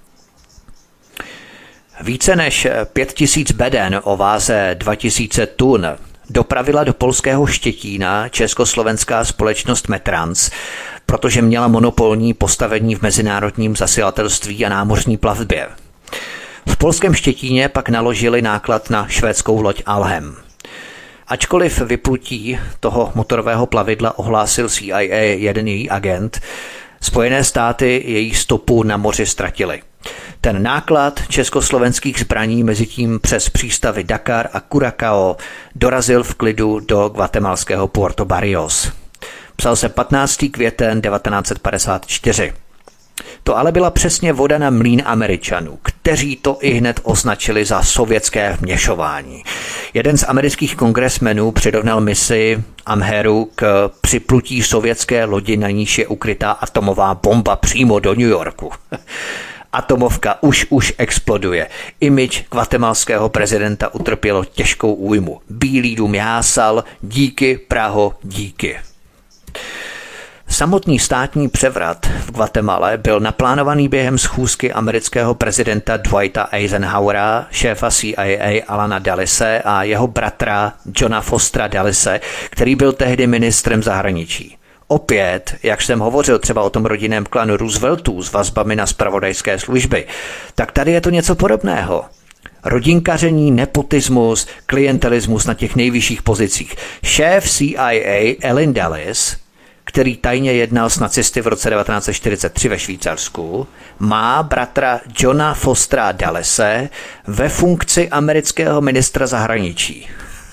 Více než pět tisíc beden o váze dva tisíce tun dopravila do polského Štětína československá společnost Metrans, protože měla monopolní postavení v mezinárodním zasilatelství a námořní plavbě. V polském Štětíně pak naložili náklad na švédskou loď Alhem. Ačkoliv vyplutí toho motorového plavidla ohlásil C I A jeden její agent, Spojené státy její stopu na moři ztratily. Ten náklad československých zbraní mezitím přes přístavy Dakar a Curacao dorazil v klidu do guatemalského Puerto Barrios. Psal se patnáctého května devatenáct set padesát čtyři. To ale byla přesně voda na mlýn Američanů, kteří to i hned označili za sovětské vměšování. Jeden z amerických kongresmenů přirovnal misi Amheru k připlutí sovětské lodi, na níž je ukrytá atomová bomba přímo do New Yorku. Atomovka už už exploduje. Image guatemalského prezidenta utrpělo těžkou újmu. Bílý dům jásal, díky Praho, díky. Samotný státní převrat v Guatemale byl naplánovaný během schůzky amerického prezidenta Dwighta Eisenhowera, šéfa C I A Alana Dullise a jeho bratra Johna Fostera Dullise, který byl tehdy ministrem zahraničí. Opět, jak jsem hovořil třeba o tom rodinném klanu Rooseveltů s vazbami na zpravodajské služby, tak tady je to něco podobného. Rodinkaření, nepotismus, klientelismus na těch nejvyšších pozicích. Šéf C I A Allen Dulles, který tajně jednal s nacisty v roce devatenáct set čtyřicet tři ve Švýcarsku, má bratra Johna Fostera Dullise ve funkci amerického ministra zahraničí.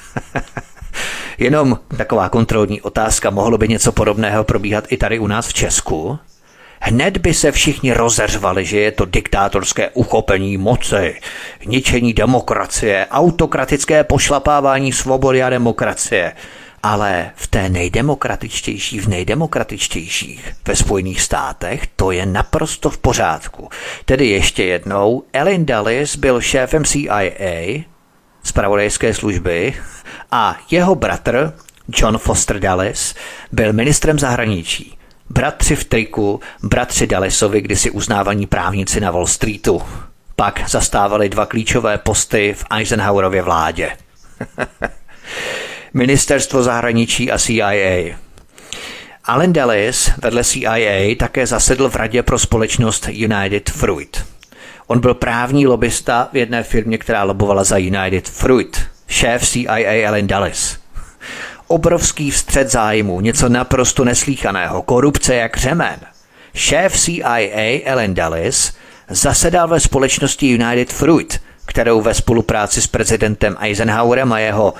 Jenom taková kontrolní otázka, mohlo by něco podobného probíhat i tady u nás v Česku? Hned by se všichni rozeřvali, že je to diktátorské uchopení moci, ničení demokracie, autokratické pošlapávání svobody a demokracie. Ale v té nejdemokratičtější, v nejdemokratičtějších ve Spojených státech to je naprosto v pořádku. Tedy ještě jednou, Allen Dulles byl šéfem C I A, zpravodajské služby, a jeho bratr John Foster Dulles byl ministrem zahraničí. Bratři v triku, bratři Dullesovi, kdysi uznávaní právníci na Wall Streetu. Pak zastávali dva klíčové posty v Eisenhowerově vládě. Ministerstvo zahraničí a C I A. Allen Dulles vedle C I A také zasedl v radě pro společnost United Fruit. On byl právní lobista v jedné firmě, která lobovala za United Fruit. Šéf C I A Allen Dulles. Obrovský střet zájmů, něco naprosto neslíchaného, korupce jak řemen. Šéf C I A Allen Dulles zasedal ve společnosti United Fruit, kterou ve spolupráci s prezidentem Eisenhowerem a jeho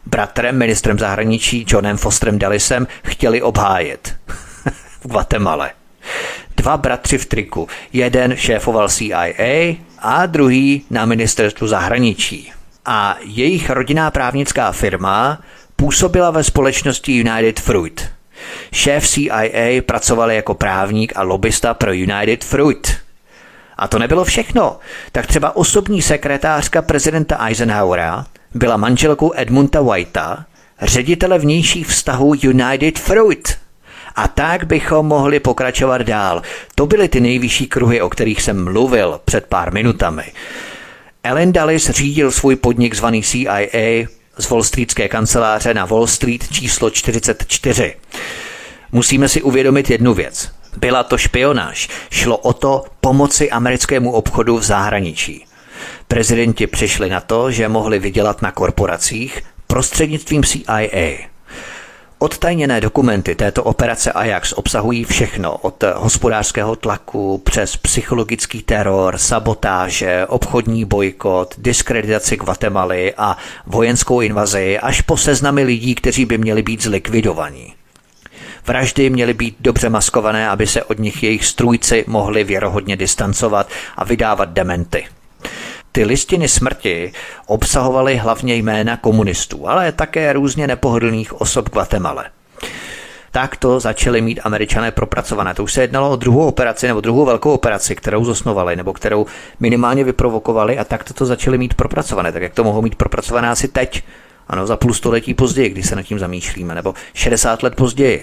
bratrem, ministrem zahraničí Johnem Fosterem Dullesem chtěli obhájit v Guatemale. Dva bratři v triku. Jeden šéfoval C I A a druhý na ministerstvu zahraničí. A jejich rodinná právnická firma působila ve společnosti United Fruit. Šéf C I A pracoval jako právník a lobista pro United Fruit. A to nebylo všechno. Tak třeba osobní sekretářka prezidenta Eisenhowera byla manželkou Edmunda Whitea, ředitele vnějších vztahů United Fruit. A tak bychom mohli pokračovat dál. To byly ty nejvyšší kruhy, o kterých jsem mluvil před pár minutami. Allen Dulles řídil svůj podnik zvaný C I A z Wall Streetské kanceláře na Wall Street číslo čtyřicet čtyři. Musíme si uvědomit jednu věc. Byla to špionáž. Šlo o to pomoci americkému obchodu v zahraničí. Prezidenti přišli na to, že mohli vydělat na korporacích prostřednictvím C I A. Odtajněné dokumenty této operace Ajax obsahují všechno od hospodářského tlaku přes psychologický teror, sabotáže, obchodní bojkot, diskreditaci Guatemaly a vojenskou invazi až po seznamy lidí, kteří by měli být zlikvidovaní. Vraždy měly být dobře maskované, aby se od nich jejich strůjci mohli věrohodně distancovat a vydávat dementy. Ty listiny smrti obsahovaly hlavně jména komunistů, ale také různě nepohodlných osob Guatemala. Tak to začali mít Američané propracované. To už se jednalo o druhou operaci nebo druhou velkou operaci, kterou zosnovali nebo kterou minimálně vyprovokovali a tak to začali mít propracované. Tak jak to mohou mít propracované asi teď? Ano, za půl století později, když se nad tím zamýšlíme, nebo šedesát let později.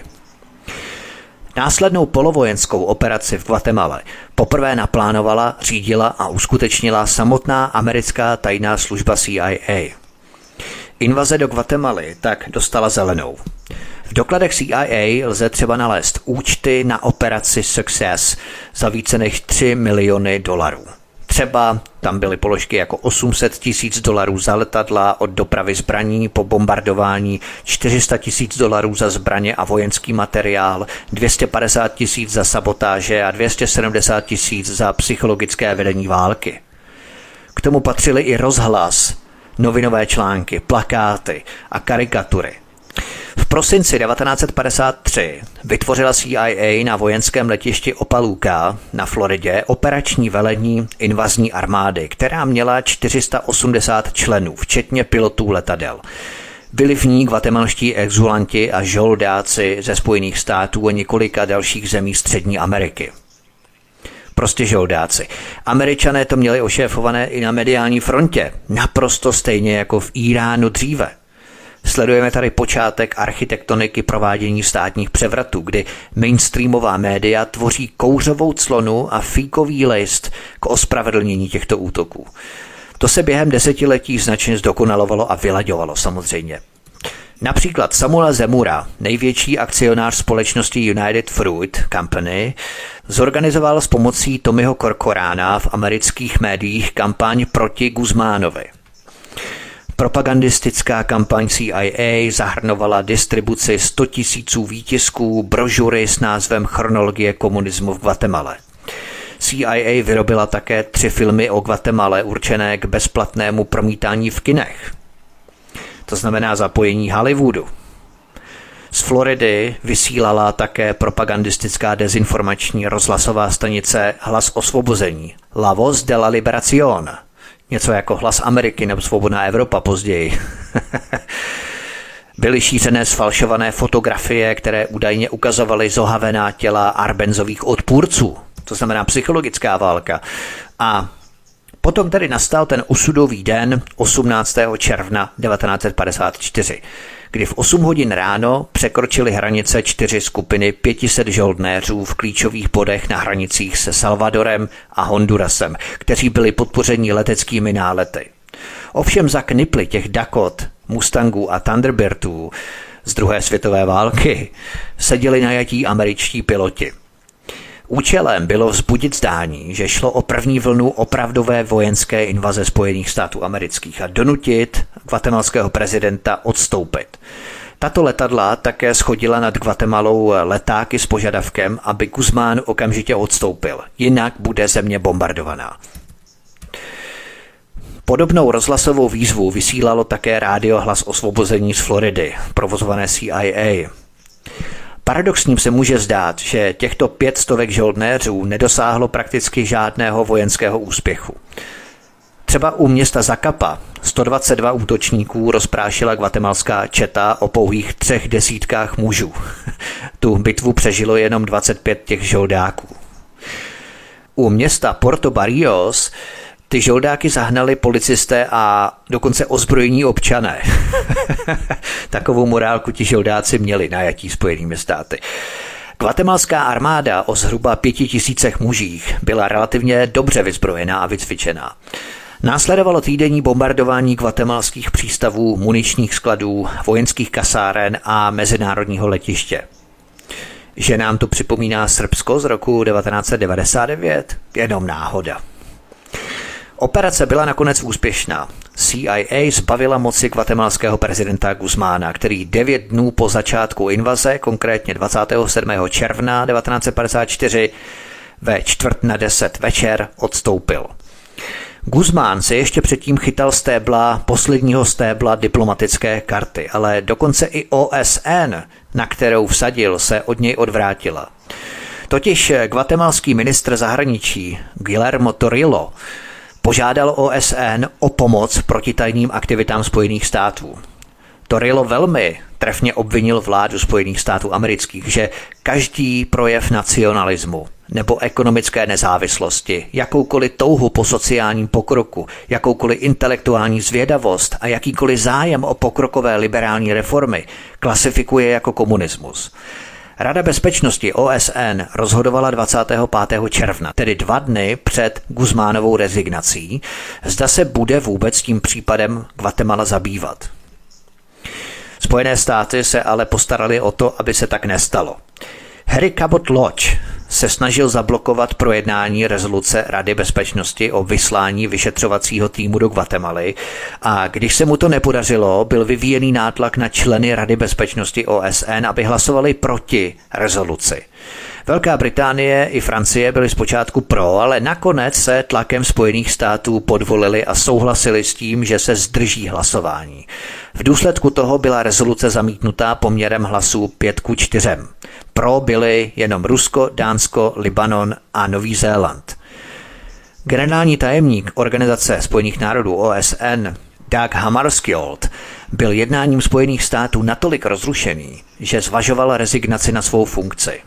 Následnou polovojenskou operaci v Guatemale poprvé naplánovala, řídila a uskutečnila samotná americká tajná služba C I A. Invaze do Guatemaly tak dostala zelenou. V dokladech C I A lze třeba nalézt účty na operaci Success za více než tři miliony dolarů. Třeba tam byly položky jako osm set tisíc dolarů za letadla od dopravy zbraní po bombardování, čtyři sta tisíc dolarů za zbraně a vojenský materiál, dvě stě padesát tisíc za sabotáže a dvě stě sedmdesát tisíc za psychologické vedení války. K tomu patřily i rozhlas, novinové články, plakáty a karikatury. V prosinci devatenáct set padesát tři vytvořila C I A na vojenském letišti Opa-locka na Floridě operační velení invazní armády, která měla čtyři sta osmdesát členů, včetně pilotů letadel. Byli v ní guatemalští exulanti a žoldáci ze Spojených států a několika dalších zemí Střední Ameriky. Prostě žoldáci. Američané to měli ošéfované i na mediální frontě, naprosto stejně jako v Iránu dříve. Sledujeme tady počátek architektoniky provádění státních převratů, kdy mainstreamová média tvoří kouřovou clonu a fíkový list k ospravedlnění těchto útoků. To se během desetiletí značně zdokonalovalo a vylaďovalo samozřejmě. Například Samuel Zemura, největší akcionář společnosti United Fruit Company, zorganizoval s pomocí Tommyho Corcorana v amerických médiích kampaň proti Guzmánovi. Propagandistická kampaň C I A zahrnovala distribuci sto tisíců výtisků, brožury s názvem Chronologie komunismu v Guatemale. C I A vyrobila také tři filmy o Guatemale určené k bezplatnému promítání v kinech. To znamená zapojení Hollywoodu. Z Floridy vysílala také propagandistická dezinformační rozhlasová stanice Hlas osvobození, La Voz de la Liberación. Něco jako Hlas Ameriky nebo Svobodná Evropa později. Byly šířené sfalšované fotografie, které údajně ukazovaly zohavená těla Arbenzových odpůrců. To znamená psychologická válka. A potom tedy nastal ten osudový den osmnáctého června devatenáct set padesát čtyři, kdy v osm hodin ráno překročily hranice čtyři skupiny pět set žoldnéřů v klíčových bodech na hranicích se Salvadorem a Hondurasem, kteří byli podpořeni leteckými nálety. Ovšem za kniply těch Dakot, Mustangů a Thunderbirdů z druhé světové války seděli najatí američtí piloti. Účelem bylo vzbudit zdání, že šlo o první vlnu opravdové vojenské invaze Spojených států amerických a donutit guatemalského prezidenta odstoupit. Tato letadla také shodila nad Guatemalou letáky s požadavkem, aby Guzmán okamžitě odstoupil, jinak bude země bombardovaná. Podobnou rozhlasovou výzvu vysílalo také rádio Hlas osvobození z Floridy, provozované C I A. Paradoxním se může zdát, že těchto pět stovek žoldnéřů nedosáhlo prakticky žádného vojenského úspěchu. Třeba u města Zacapa sto dvacet dva útočníků rozprášila guatemalská četa o pouhých třech desítkách mužů. Tu bitvu přežilo jenom dvacet pět těch žoldáků. U města Puerto Barrios ty žoldáky zahnali policisté a dokonce ozbrojení občané. Takovou morálku ti žoldáci měli najatí Spojenými státy. Guatemalská armáda o zhruba pěti tisícech mužích byla relativně dobře vyzbrojená a vycvičená. Následovalo týdenní bombardování guatemalských přístavů, muničních skladů, vojenských kasáren a mezinárodního letiště. Že nám to připomíná Srbsko z roku devatenáct set devadesát devět? Jenom náhoda. Operace byla nakonec úspěšná. C I A zbavila moci guatemalského prezidenta Guzmána, který devět dnů po začátku invaze, konkrétně dvacátého sedmého června devatenáct set padesát čtyři, ve čtvrt na deset večer odstoupil. Guzmán se ještě předtím chytal stébla, posledního stébla diplomatické karty, ale dokonce i O S N, na kterou vsadil, se od něj odvrátila. Totiž guatemalský ministr zahraničí Guillermo Torillo požádal O S N o pomoc proti tajným aktivitám Spojených států. Torillo velmi trefně obvinil vládu Spojených států amerických, že každý projev nacionalismu nebo ekonomické nezávislosti, jakoukoliv touhu po sociálním pokroku, jakoukoliv intelektuální zvědavost a jakýkoliv zájem o pokrokové liberální reformy klasifikuje jako komunismus. Rada bezpečnosti O S N rozhodovala dvacátého pátého června, tedy dva dny před Guzmánovou rezignací, zda se bude vůbec tím případem Guatemala zabývat. Spojené státy se ale postarali o to, aby se tak nestalo. Harry Cabot Lodge se snažil zablokovat projednání rezoluce Rady bezpečnosti o vyslání vyšetřovacího týmu do Guatemaly a když se mu to nepodařilo, byl vyvíjený nátlak na členy Rady bezpečnosti O S N, aby hlasovali proti rezoluci. Velká Británie i Francie byly zpočátku pro, ale nakonec se tlakem Spojených států podvolili a souhlasili s tím, že se zdrží hlasování. V důsledku toho byla rezoluce zamítnutá poměrem hlasů pět ku čtyřem. Pro byly jenom Rusko, Dánsko, Libanon a Nový Zéland. Generální tajemník Organizace spojených národů O S N Dag Hammarskjöld byl jednáním Spojených států natolik rozrušený, že zvažoval rezignaci na svou funkci.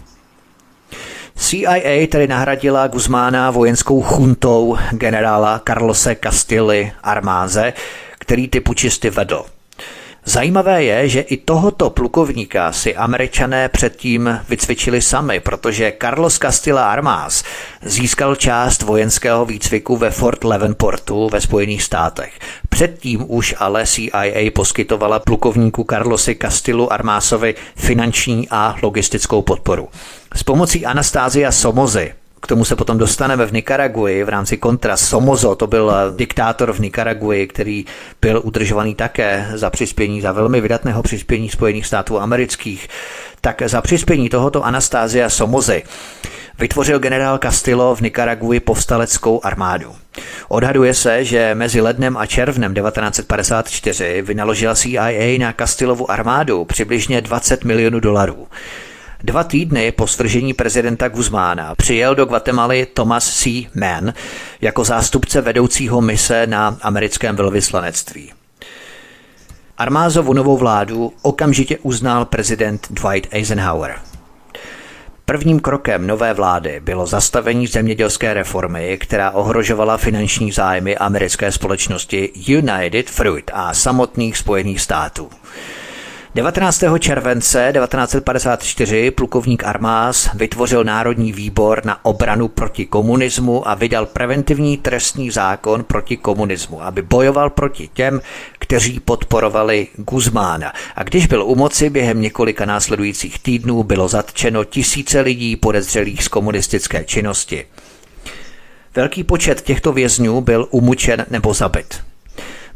C I A tedy nahradila Guzmána vojenskou chuntou generála Carlose Castilly Armáze, který ty pučisty vedl. Zajímavé je, že i tohoto plukovníka si Američané předtím vycvičili sami, protože Carlos Castilla Armas získal část vojenského výcviku ve Fort Leavenworthu ve Spojených státech. Předtím už ale C I A poskytovala plukovníku Carlosi Castillu Armasovi finanční a logistickou podporu. S pomocí Anastasia Somozy, k tomu se potom dostaneme v Nikaraguji v rámci kontra. Somozo, to byl diktátor v Nikaraguji, který byl udržovaný také za přispění, za velmi vydatného přispění Spojených států amerických. Tak za přispění tohoto Anastasia Somozy vytvořil generál Castillo v Nikaraguji povstaleckou armádu. Odhaduje se, že mezi lednem a červnem devatenáct set padesát čtyři vynaložila C I A na Castillovu armádu přibližně dvacet milionů dolarů. Dva týdny po svržení prezidenta Guzmána přijel do Guatemaly Thomas C. Mann jako zástupce vedoucího mise na americkém velvyslanectví. Armázovu novou vládu okamžitě uznal prezident Dwight Eisenhower. Prvním krokem nové vlády bylo zastavení zemědělské reformy, která ohrožovala finanční zájmy americké společnosti United Fruit a samotných Spojených států. devatenáctého července devatenáct set padesát čtyři plukovník Armas vytvořil Národní výbor na obranu proti komunismu a vydal preventivní trestní zákon proti komunismu, aby bojoval proti těm, kteří podporovali Guzmána. A když byl u moci, během několika následujících týdnů bylo zatčeno tisíce lidí podezřelých z komunistické činnosti. Velký počet těchto vězňů byl umučen nebo zabit.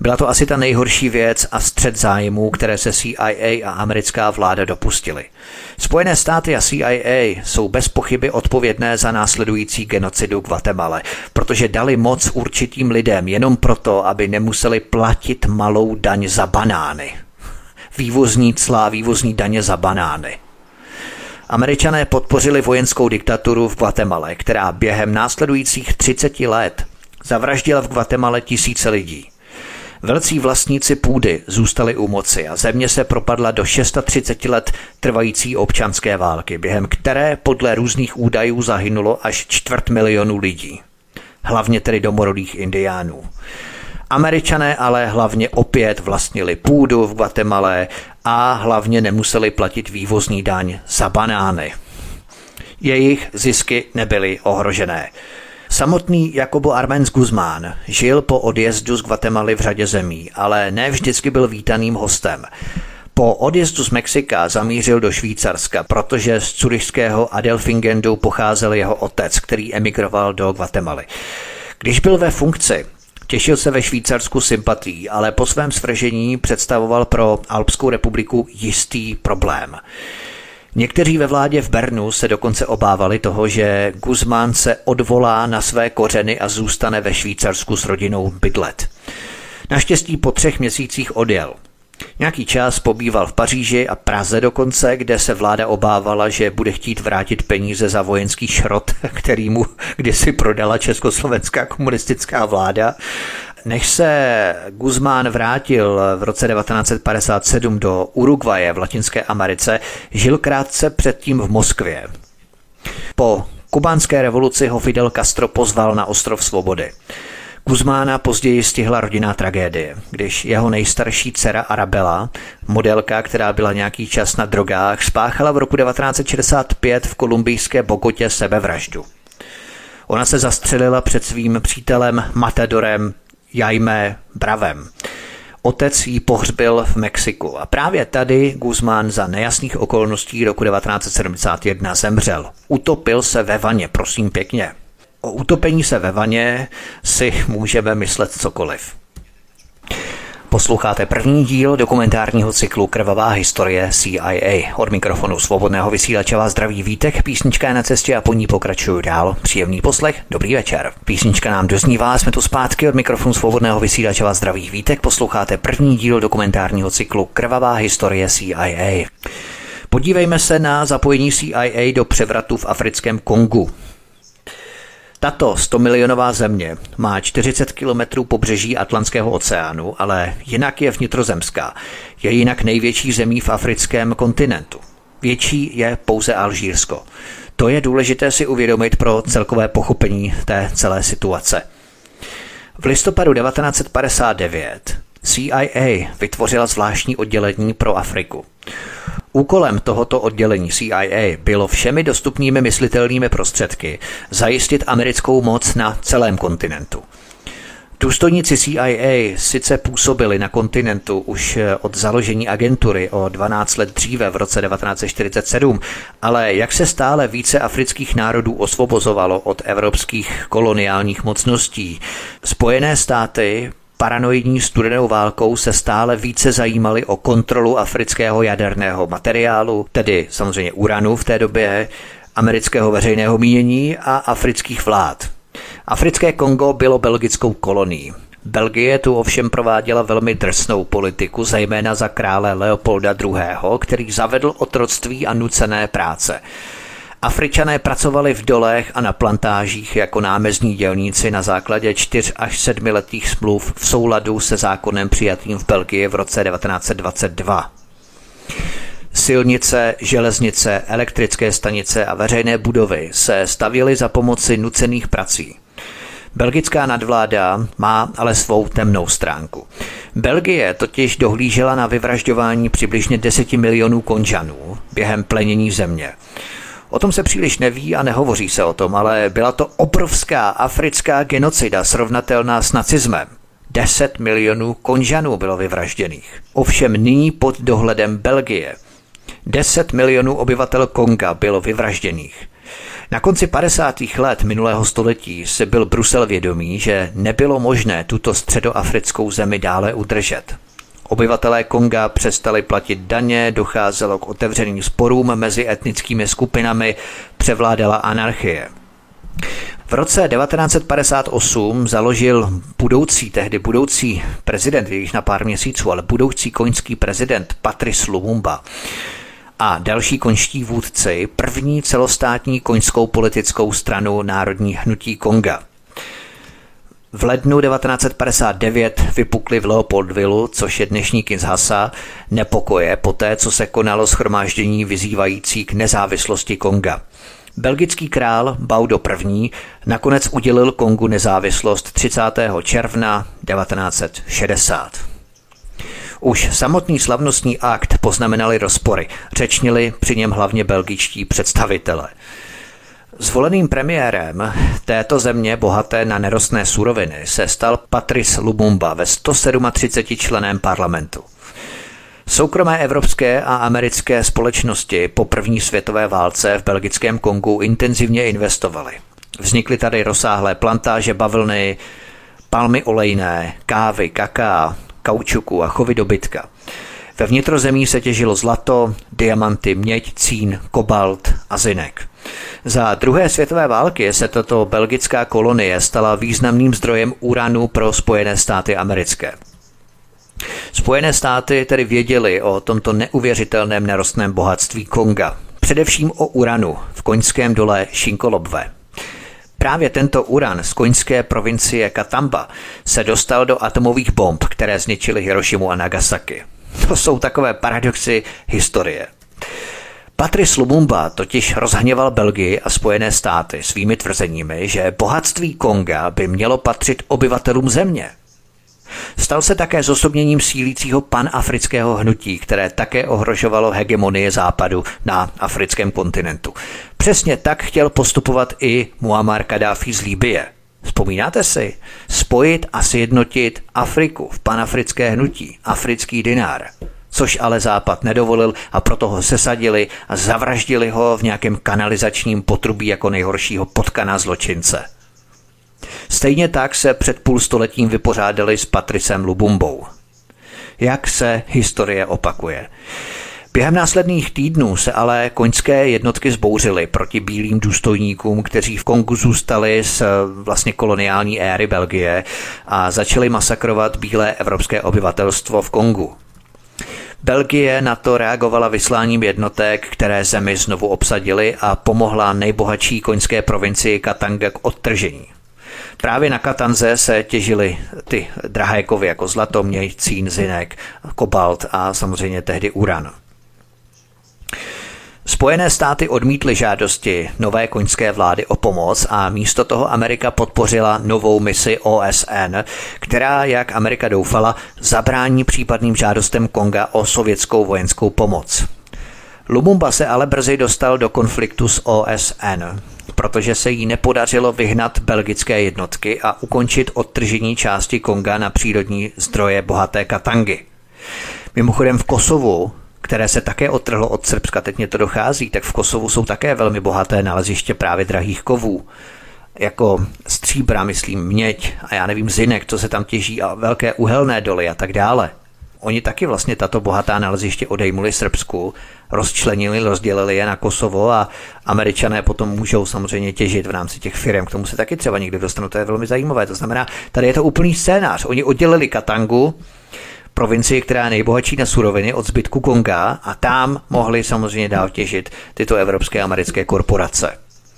Byla to asi ta nejhorší věc a střet zájmů, které se C I A a americká vláda dopustily. Spojené státy a C I A jsou bez pochyby odpovědné za následující genocidu v Guatemale, protože dali moc určitým lidem jenom proto, aby nemuseli platit malou daň za banány. Vývozní clá, vývozní daně za banány. Američané podpořili vojenskou diktaturu v Guatemale, která během následujících třiceti let zavraždila v Guatemale tisíce lidí. Velcí vlastníci půdy zůstali u moci a země se propadla do třicet šest let trvající občanské války, během které podle různých údajů zahynulo až čtvrt milionu lidí. Hlavně tedy domorodých indiánů. Američané ale hlavně opět vlastnili půdu v Guatemale a hlavně nemuseli platit vývozní daň za banány. Jejich zisky nebyly ohrožené. Samotný Jacobo Arbenz Guzmán žil po odjezdu z Guatemaly v řadě zemí, ale ne vždycky byl vítaným hostem. Po odjezdu z Mexika zamířil do Švýcarska, protože z curyšského Adelfingendu pocházel jeho otec, který emigroval do Guatemaly. Když byl ve funkci, těšil se ve Švýcarsku sympatií, ale po svém svržení představoval pro Alpskou republiku jistý problém. Někteří ve vládě v Bernu se dokonce obávali toho, že Guzmán se odvolá na své kořeny a zůstane ve Švýcarsku s rodinou bydlet. Naštěstí po třech měsících odjel. Nějaký čas pobýval v Paříži a Praze dokonce, kde se vláda obávala, že bude chtít vrátit peníze za vojenský šrot, který mu kdysi prodala československá komunistická vláda. Než se Guzmán vrátil v roce devatenáct set padesát sedm do Uruguaye v Latinské Americe, žil krátce předtím v Moskvě. Po kubánské revoluci ho Fidel Castro pozval na ostrov Svobody. Guzmána později stihla rodinná tragédie, když jeho nejstarší dcera Arabela, modelka, která byla nějaký čas na drogách, spáchala v roku devatenáct set šedesát pět v kolumbijské Bogotě sebevraždu. Ona se zastřelila před svým přítelem Matadorem Jaime Bravem. Otec jí pohřbil v Mexiku a právě tady Guzmán za nejasných okolností roku devatenáct set sedmdesát jedna zemřel. Utopil se ve vaně, prosím pěkně. O utopení se ve vaně si můžeme myslet cokoliv. Posloucháte první díl dokumentárního cyklu Krvavá historie C I A. Od mikrofonu svobodného vysílače vás zdraví Vítek, písnička je na cestě a po ní pokračuju dál. Příjemný poslech, dobrý večer. Písnička nám doznívá, jsme tu zpátky, od mikrofonu svobodného vysílače vás zdraví Vítek. Posloucháte první díl dokumentárního cyklu Krvavá historie C I A. Podívejme se na zapojení C I A do převratu v africkém Kongu. Tato stomilionová země má čtyřicet kilometrů pobřeží Atlantského oceánu, ale jinak je vnitrozemská. Je jinak největší zemí v africkém kontinentu. Větší je pouze Alžírsko. To je důležité si uvědomit pro celkové pochopení té celé situace. V listopadu devatenáct set padesát devět C I A vytvořila zvláštní oddělení pro Afriku. Úkolem tohoto oddělení C I A bylo všemi dostupnými myslitelnými prostředky zajistit americkou moc na celém kontinentu. Důstojníci C I A sice působili na kontinentu už od založení agentury o dvanáct let dříve v roce devatenáct set čtyřicet sedm, ale jak se stále více afrických národů osvobozovalo od evropských koloniálních mocností, Spojené státy paranoidní studenou válkou se stále více zajímali o kontrolu afrického jaderného materiálu, tedy samozřejmě uranu v té době, amerického veřejného mínění a afrických vlád. Africké Kongo bylo belgickou kolonií. Belgie tu ovšem prováděla velmi drsnou politiku, zejména za krále Leopolda druhého., který zavedl otroctví a nucené práce. Afričané pracovali v dolech a na plantážích jako námezní dělníci na základě čtyř až sedmiletých smluv v souladu se zákonem přijatým v Belgii v roce devatenáct set dvacet dva. Silnice, železnice, elektrické stanice a veřejné budovy se stavěly za pomoci nucených prací. Belgická nadvláda má ale svou temnou stránku. Belgie totiž dohlížela na vyvražďování přibližně deseti milionů Konžanů během plenění země. O tom se příliš neví a nehovoří se o tom, ale byla to obrovská africká genocida srovnatelná s nacismem. deset milionů Konžanů bylo vyvražděných. Ovšem nyní pod dohledem Belgie. deset milionů obyvatel Konga bylo vyvražděných. Na konci padesátých let minulého století si byl Brusel vědomý, že nebylo možné tuto středoafrickou zemi dále udržet. Obyvatelé Konga přestali platit daně, docházelo k otevřeným sporům mezi etnickými skupinami, převládala anarchie. V roce devatenáct set padesát osm založil budoucí, tehdy budoucí prezident, již na pár měsíců, ale budoucí koňský prezident Patrice Lumumba a další konžští vůdci první celostátní koňskou politickou stranu Národní hnutí Konga. V lednu devatenáct set padesát devět vypukly v Leopoldvillu, což je dnešní Kinshasa, nepokoje poté, co se konalo shromáždění vyzývající k nezávislosti Konga. Belgický král Baudo I. nakonec udělil Kongu nezávislost třicátého června devatenáct set šedesát. Už samotný slavnostní akt poznamenali rozpory, řečnili při něm hlavně belgičtí představitelé. Zvoleným premiérem této země bohaté na nerostné suroviny se stal Patrice Lumumba ve sto třicet sedm členném parlamentu. Soukromé evropské a americké společnosti po první světové válce v belgickém Kongu intenzivně investovaly. Vznikly tady rozsáhlé plantáže bavlny, palmy olejné, kávy, kakaa, kaučuku a chovy dobytka. Ve vnitrozemí se těžilo zlato, diamanty, měď, cín, kobalt a zinek. Za druhé světové války se tato belgická kolonie stala významným zdrojem uranu pro Spojené státy americké. Spojené státy tedy věděly o tomto neuvěřitelném nerostném bohatství Konga, především o uranu v koňském dole Shinkolobwe. Právě tento uran z koňské provincie Katamba se dostal do atomových bomb, které zničily Hirošimu a Nagasaki. To jsou takové paradoxy historie. Patrice Lumumba totiž rozhněval Belgii a Spojené státy svými tvrzeními, že bohatství Konga by mělo patřit obyvatelům země. Stal se také zosobněním sílícího panafrického hnutí, které také ohrožovalo hegemonii západu na africkém kontinentu. Přesně tak chtěl postupovat i Muammar Kaddáfí z Libye. Vzpomínáte si? Spojit a sjednotit Afriku v panafrické hnutí, africký dinár. Což ale Západ nedovolil a proto ho sesadili a zavraždili ho v nějakém kanalizačním potrubí jako nejhoršího potkana zločince. Stejně tak se před půl stoletím vypořádali s Patricem Lumumbou. Jak se historie opakuje. Během následných týdnů se ale koňské jednotky zbouřily proti bílým důstojníkům, kteří v Kongu zůstali z vlastně koloniální éry Belgie a začali masakrovat bílé evropské obyvatelstvo v Kongu. Belgie na to reagovala vysláním jednotek, které zemi znovu obsadily a pomohla nejbohatší koňské provincii Katanga k odtržení. Právě na Katanze se těžily ty drahé kovy jako zlato, měď, cín, zinek, kobalt a samozřejmě tehdy uran. Spojené státy odmítly žádosti nové koňské vlády o pomoc a místo toho Amerika podpořila novou misi O S N, která, jak Amerika doufala, zabrání případným žádostem Konga o sovětskou vojenskou pomoc. Lumumba se ale brzy dostal do konfliktu s O S N, protože se jí nepodařilo vyhnat belgické jednotky a ukončit odtržení části Konga na přírodní zdroje bohaté Katangy. Mimochodem v Kosovu, které se také odtrhlo od Srbska, teď mě to dochází, tak v Kosovu jsou také velmi bohaté naleziště právě drahých kovů, jako stříbra, myslím, měď a já nevím, zinek, co se tam těží a velké uhelné doly a tak dále. Oni taky vlastně tato bohatá naleziště odejmuli Srbsku, rozčlenili, rozdělili je na Kosovo a Američané potom můžou samozřejmě těžit v rámci těch firem. K tomu se taky třeba někdy dostanou, to je velmi zajímavé. To znamená, tady je to úplný scénář. Oni oddělili Katangu, provincii, která je nejbohatší na suroviny, od zbytku Konga a tam mohli samozřejmě dál těžit tyto evropské a americké korporace.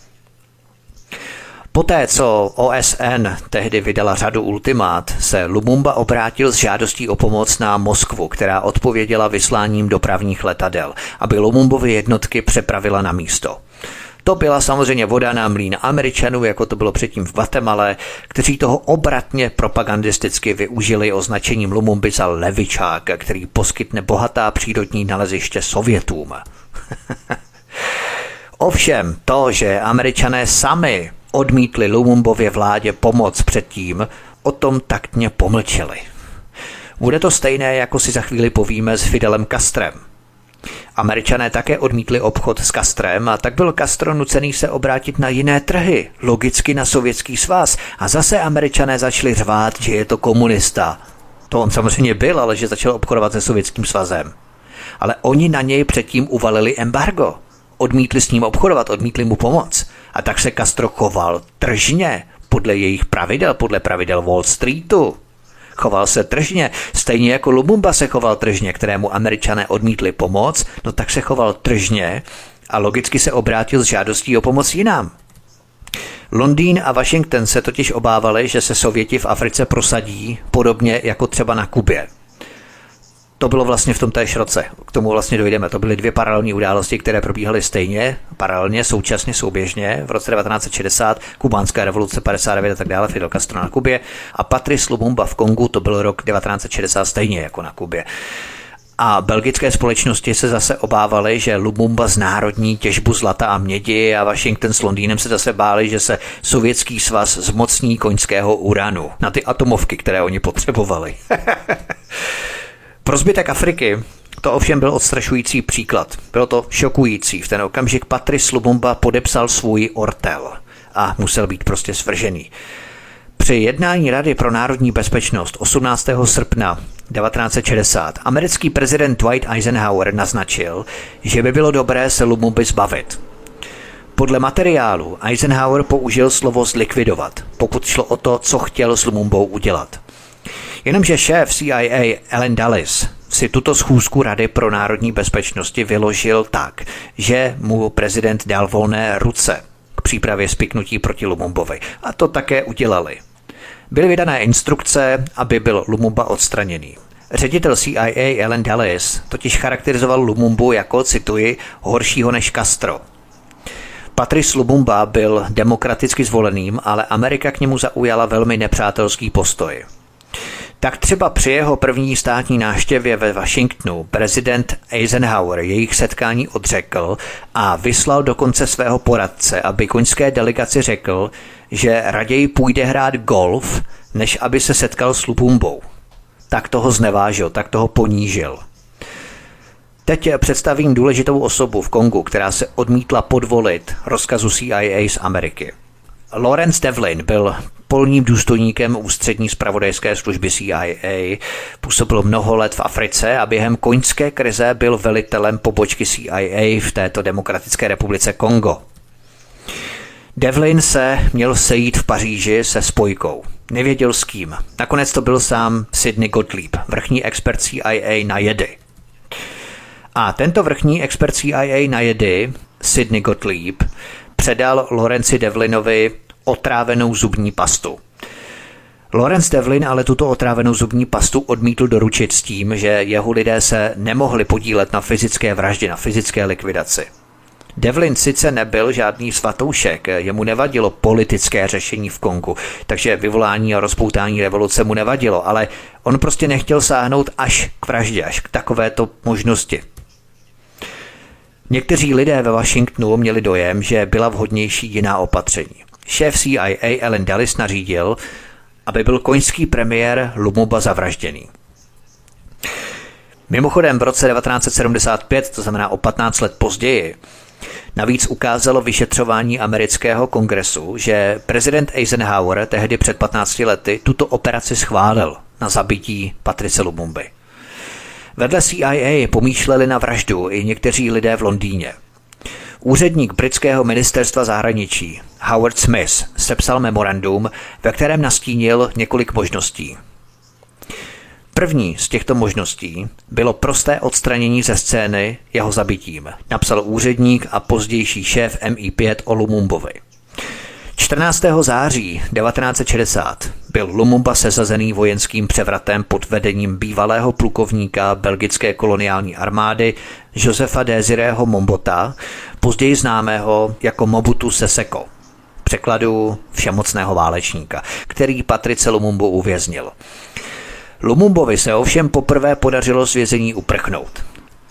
Poté, co O S N tehdy vydala řadu ultimát, se Lumumba obrátil s žádostí o pomoc na Moskvu, která odpověděla vysláním dopravních letadel, aby Lumumbovy jednotky přepravila na místo. To byla samozřejmě voda na mlýn Američanů, jako to bylo předtím v Guatemale, kteří toho obratně propagandisticky využili označením Lumumby za levičáka, který poskytne bohatá přírodní naleziště Sovětům. Ovšem to, že Američané sami odmítli Lumumbově vládě pomoc předtím, o tom taktně pomlčeli. Bude to stejné, jako si za chvíli povíme s Fidelem Castrem. Američané také odmítli obchod s Castrem a tak byl Castro nucený se obrátit na jiné trhy, logicky na Sovětský svaz. A zase Američané začali řvát, že je to komunista. To on samozřejmě byl, ale že začal obchodovat se Sovětským svazem. Ale oni na něj předtím uvalili embargo. Odmítli s ním obchodovat, odmítli mu pomoc. A tak se Castro choval tržně, podle jejich pravidel, podle pravidel Wall Streetu. Choval se tržně, stejně jako Lumumba se choval tržně, kterému Američané odmítli pomoc, no tak se choval tržně a logicky se obrátil s žádostí o pomoc jinam. Londýn a Washington se totiž obávali, že se Sověti v Africe prosadí, podobně jako třeba na Kubě. To bylo vlastně v tom též roce. K tomu vlastně dojdeme. To byly dvě paralelní události, které probíhaly stejně, paralelně, současně, souběžně. V roce devatenáct set šedesát, kubánská revoluce padesát devět a tak dále, Fidel Castro na Kubě. A Patrice Lumumba v Kongu, to byl rok devatenáct set šedesát stejně jako na Kubě. A belgické společnosti se zase obávaly, že Lumumba znárodní těžbu zlata a mědi a Washington s Londýnem se zase báli, že se Sovětský svaz zmocní koňského uranu na ty atomovky, které oni potřebovali. Pro zbytek Afriky to ovšem byl odstrašující příklad. Bylo to šokující. V ten okamžik Patrice Lumumba podepsal svůj ortel a musel být prostě svržený. Při jednání Rady pro národní bezpečnost osmnáctého srpna devatenáct set šedesát americký prezident Dwight Eisenhower naznačil, že by bylo dobré se Lumumby zbavit. Podle materiálu Eisenhower použil slovo zlikvidovat, pokud šlo o to, co chtěl s Lumumbou udělat. Jenomže šéf C I A Allen Dulles si tuto schůzku Rady pro národní bezpečnosti vyložil tak, že mu prezident dal volné ruce k přípravě spiknutí proti Lumumbovi. A to také udělali. Byly vydané instrukce, aby byl Lumumba odstraněný. Ředitel C I A Allen Dulles totiž charakterizoval Lumumbu jako, cituji, horšího než Castro. Patrice Lumumba byl demokraticky zvoleným, ale Amerika k němu zaujala velmi nepřátelský postoj. Tak třeba při jeho první státní návštěvě ve Washingtonu prezident Eisenhower jejich setkání odřekl a vyslal dokonce svého poradce, aby koňské delegaci řekl, že raději půjde hrát golf, než aby se setkal s Lumumbou. Tak toho znevážil, tak toho ponížil. Teď představím důležitou osobu v Kongu, která se odmítla podvolit rozkazu C I A z Ameriky. Lawrence Devlin byl polním důstojníkem ústřední zpravodajské služby C I A, působil mnoho let v Africe a během koňské krize byl velitelem pobočky C I A v této demokratické republice Kongo. Devlin se měl sejít v Paříži se spojkou. Nevěděl s kým. Nakonec to byl sám Sidney Gottlieb, vrchní expert C I A na jedy. A tento vrchní expert C I A na jedy, Sidney Gottlieb, předal Lawrenci Devlinovi otrávenou zubní pastu. Lawrence Devlin ale tuto otrávenou zubní pastu odmítl doručit s tím, že jeho lidé se nemohli podílet na fyzické vraždě, na fyzické likvidaci. Devlin sice nebyl žádný svatoušek, jemu nevadilo politické řešení v Kongu, takže vyvolání a rozpoutání revoluce mu nevadilo, ale on prostě nechtěl sáhnout až k vraždě, až k takovéto možnosti. Někteří lidé ve Washingtonu měli dojem, že byla vhodnější jiná opatření. Šéf C I A Allen Dulles nařídil, aby byl koňský premiér Lumumba zavražděný. Mimochodem v roce devatenáct set sedmdesát pět, to znamená o patnáct let později, navíc ukázalo vyšetřování amerického kongresu, že prezident Eisenhower tehdy před patnácti lety tuto operaci schválil na zabití Patrice Lumumby. Vedle C I A pomýšleli na vraždu i někteří lidé v Londýně. Úředník britského ministerstva zahraničí Howard Smith sepsal memorandum, ve kterém nastínil několik možností. První z těchto možností bylo prosté odstranění ze scény jeho zabitím, napsal úředník a pozdější šéf M I pět o Lumumbovi. čtrnáctého září devatenáct set šedesát byl Lumumba sesazený vojenským převratem pod vedením bývalého plukovníka belgické koloniální armády Josefa Désireho Mombota, později známého jako Mobutu Seseko, v překladu všemocného válečníka, který Patrice Lumumbu uvěznil. Lumumbovi se ovšem poprvé podařilo z vězení uprchnout.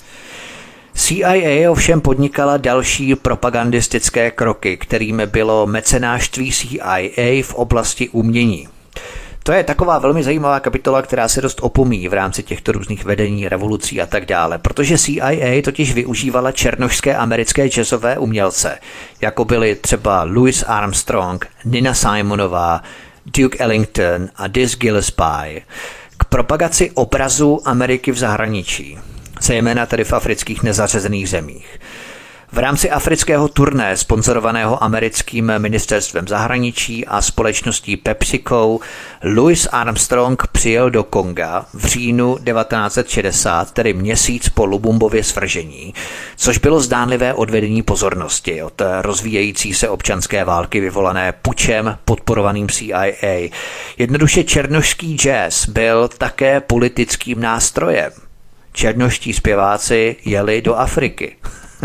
C I A ovšem podnikala další propagandistické kroky, kterými bylo mecenášství C I A v oblasti umění. To je taková velmi zajímavá kapitola, která se dost opomíjí v rámci těchto různých vedení, revolucí a tak dále, protože C I A totiž využívala černošské americké jazzové umělce, jako byli třeba Louis Armstrong, Nina Simonová, Duke Ellington a Dizzy Gillespie, k propagaci obrazu Ameriky v zahraničí, zejména tedy v afrických nezařazených zemích. V rámci afrického turné sponzorovaného americkým ministerstvem zahraničí a společností PepsiCo Louis Armstrong přijel do Konga v říjnu devatenáct set šedesát, tedy měsíc po Lumumbově svržení, což bylo zdánlivé odvedení pozornosti od rozvíjející se občanské války vyvolané pučem podporovaným C I A. Jednoduše černošský jazz byl také politickým nástrojem. Černoští zpěváci jeli do Afriky.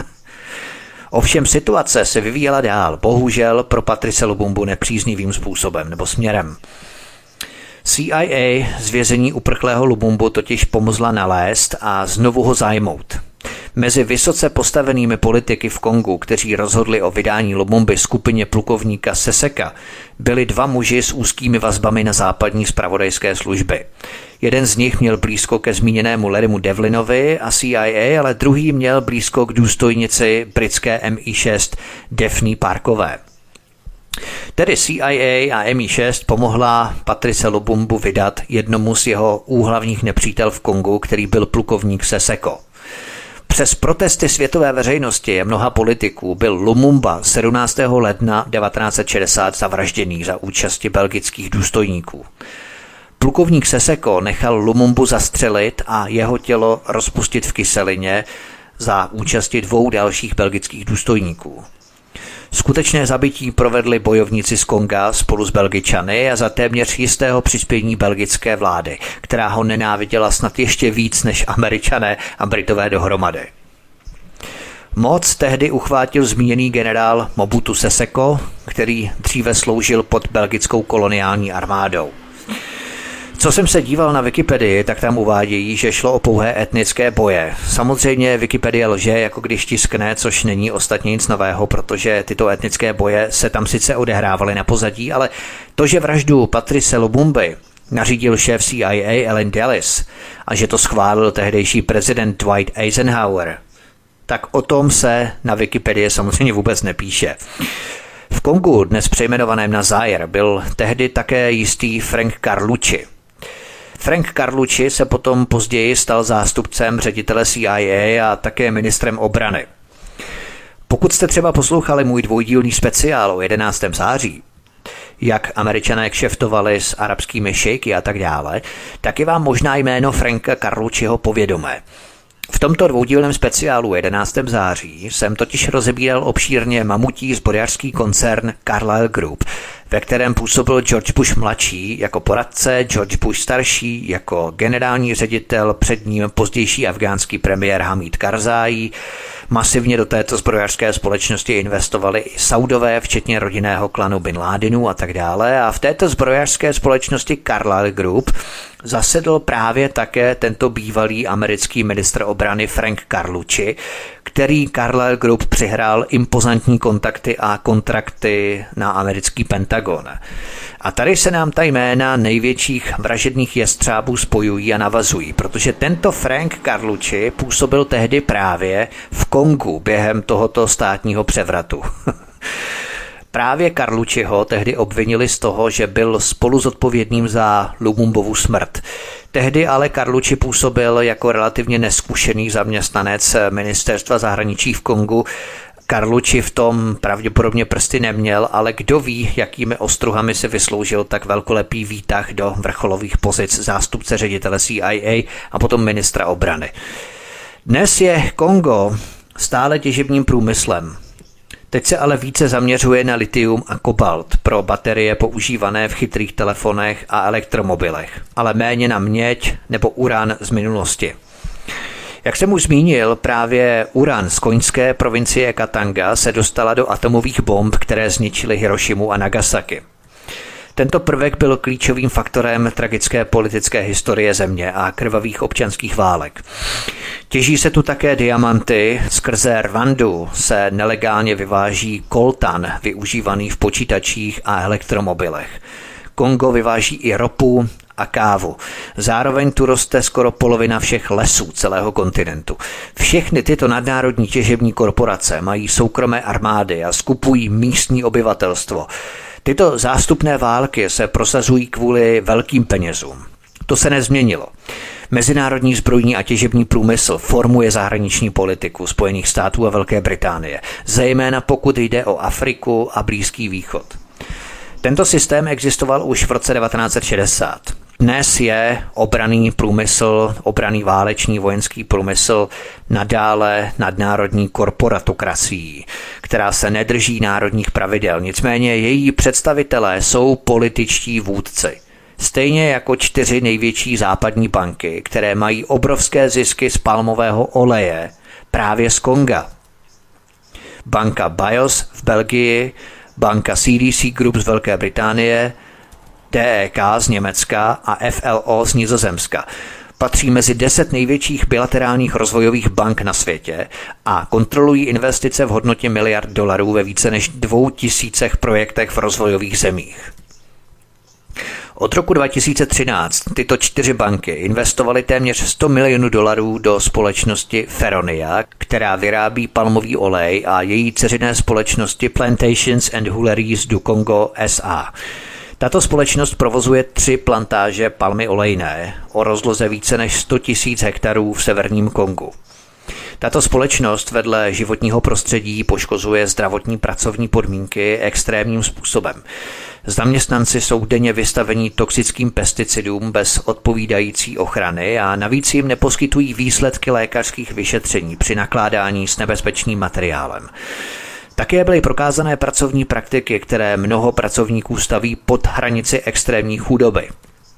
Ovšem situace se vyvíjela dál, bohužel pro Patrice Lumumbu nepříznivým způsobem nebo směrem. C I A z vězení uprchlého Lumumbu totiž pomozla nalézt a znovu ho zajmout. Mezi vysoce postavenými politiky v Kongu, kteří rozhodli o vydání Lumumby skupině plukovníka Seseka, byli dva muži s úzkými vazbami na západní zpravodajské služby. Jeden z nich měl blízko ke zmíněnému Larrymu Devlinovi a C I A, ale druhý měl blízko k důstojnici britské M I šest Daphne Parkové. Tedy C I A a M I šest pomohla Patrice Lumumbu vydat jednomu z jeho úhlavních nepřítel v Kongu, který byl plukovník Seseko. Přes protesty světové veřejnosti a mnoha politiků byl Lumumba sedmnáctého ledna devatenáct set šedesát zavražděný za účasti belgických důstojníků. Plukovník Seseko nechal Lumumbu zastřelit a jeho tělo rozpustit v kyselině za účasti dvou dalších belgických důstojníků. Skutečné zabití provedli bojovníci z Konga spolu s Belgičany a za téměř jistého přispění belgické vlády, která ho nenáviděla snad ještě víc než Američané a Britové dohromady. Moc tehdy uchvátil zmíněný generál Mobutu Seseko, který dříve sloužil pod belgickou koloniální armádou. Co jsem se díval na Wikipedii, tak tam uvádějí, že šlo o pouhé etnické boje. Samozřejmě Wikipedie lže, jako když tiskne, což není ostatně nic nového, protože tyto etnické boje se tam sice odehrávaly na pozadí, ale to, že vraždu Patrice Lumumby nařídil šéf C I A Allen Dulles a že to schválil tehdejší prezident Dwight Eisenhower, tak o tom se na Wikipedii samozřejmě vůbec nepíše. V Kongu, dnes přejmenovaném na Zaire, byl tehdy také jistý Frank Carlucci. Frank Carlucci se potom později stal zástupcem ředitele C I A a také ministrem obrany. Pokud jste třeba poslouchali můj dvoudílný speciál o jedenáctého září, jak Američané kšeftovali s arabskými šejky a tak dále, tak je vám možná jméno Franka Carlucciho povědomé. V tomto dvoudílném speciálu jedenáctého září jsem totiž rozebíral obšírně mamutí zbrojařský koncern Carlyle Group, ve kterém působil George Bush mladší jako poradce, George Bush starší jako generální ředitel, před ním pozdější afgánský premiér Hamid Karzai. Masivně do této zbrojařské společnosti investovali i Saudové, včetně rodinného klanu Bin Ládinů a tak dále. A v této zbrojařské společnosti Carlyle Group zasedl právě také tento bývalý americký ministr obrany Frank Carlucci, který Carlyle Group přihrál impozantní kontakty a kontrakty na americký Pentagon. A tady se nám ta jména největších vražedných jestřábů spojují a navazují, protože tento Frank Carlucci působil tehdy právě v Kongu během tohoto státního převratu. Právě Carlucciho tehdy obvinili z toho, že byl spolu zodpovědným za Lumumbovu smrt. Tehdy ale Carlucci působil jako relativně neskušený zaměstnanec ministerstva zahraničí v Kongu. Carlucci v tom pravděpodobně prsty neměl, ale kdo ví, jakými ostruhami se vysloužil tak velkolepý výtah do vrcholových pozic zástupce ředitele C I A a potom ministra obrany. Dnes je Kongo stále těžebním průmyslem. Teď se ale více zaměřuje na litium a kobalt pro baterie používané v chytrých telefonech a elektromobilech, ale méně na měď nebo uran z minulosti. Jak jsem už zmínil, právě uran z koňské provincie Katanga se dostala do atomových bomb, které zničily Hirošimu a Nagasaki. Tento prvek byl klíčovým faktorem tragické politické historie země a krvavých občanských válek. Těží se tu také diamanty, skrze Rwandu se nelegálně vyváží koltan, využívaný v počítačích a elektromobilech. Kongo vyváží i ropu a kávu. Zároveň tu roste skoro polovina všech lesů celého kontinentu. Všechny tyto nadnárodní těžební korporace mají soukromé armády a skupují místní obyvatelstvo. Tyto zástupné války se prosazují kvůli velkým penězům. To se nezměnilo. Mezinárodní zbrojní a těžební průmysl formuje zahraniční politiku Spojených států a Velké Británie, zejména pokud jde o Afriku a Blízký východ. Tento systém existoval už v roce devatenáct set šedesát. Dnes je obranný průmysl, obranný váleční vojenský průmysl nadále nadnárodní korporatokracií, která se nedrží národních pravidel. Nicméně její představitelé jsou političtí vůdci. Stejně jako čtyři největší západní banky, které mají obrovské zisky z palmového oleje právě z Konga. Banka B I O S v Belgii, banka C D C Group z Velké Británie, D E K z Německa a F L O z Nizozemska. Patří mezi deset největších bilaterálních rozvojových bank na světě a kontrolují investice v hodnotě miliard dolarů ve více než dvou tisícech projektech v rozvojových zemích. Od roku dva tisíce třináct tyto čtyři banky investovaly téměř sto milionů dolarů do společnosti Feronia, která vyrábí palmový olej, a její dceřiné společnosti Plantations and Hulleries du Congo S A. Tato společnost provozuje tři plantáže palmy olejné o rozloze více než sto tisíc hektarů v severním Kongu. Tato společnost vedle životního prostředí poškozuje zdravotní pracovní podmínky extrémním způsobem. Zaměstnanci jsou denně vystaveni toxickým pesticidům bez odpovídající ochrany a navíc jim neposkytují výsledky lékařských vyšetření při nakládání s nebezpečným materiálem. Také byly prokázané pracovní praktiky, které mnoho pracovníků staví pod hranici extrémní chudoby.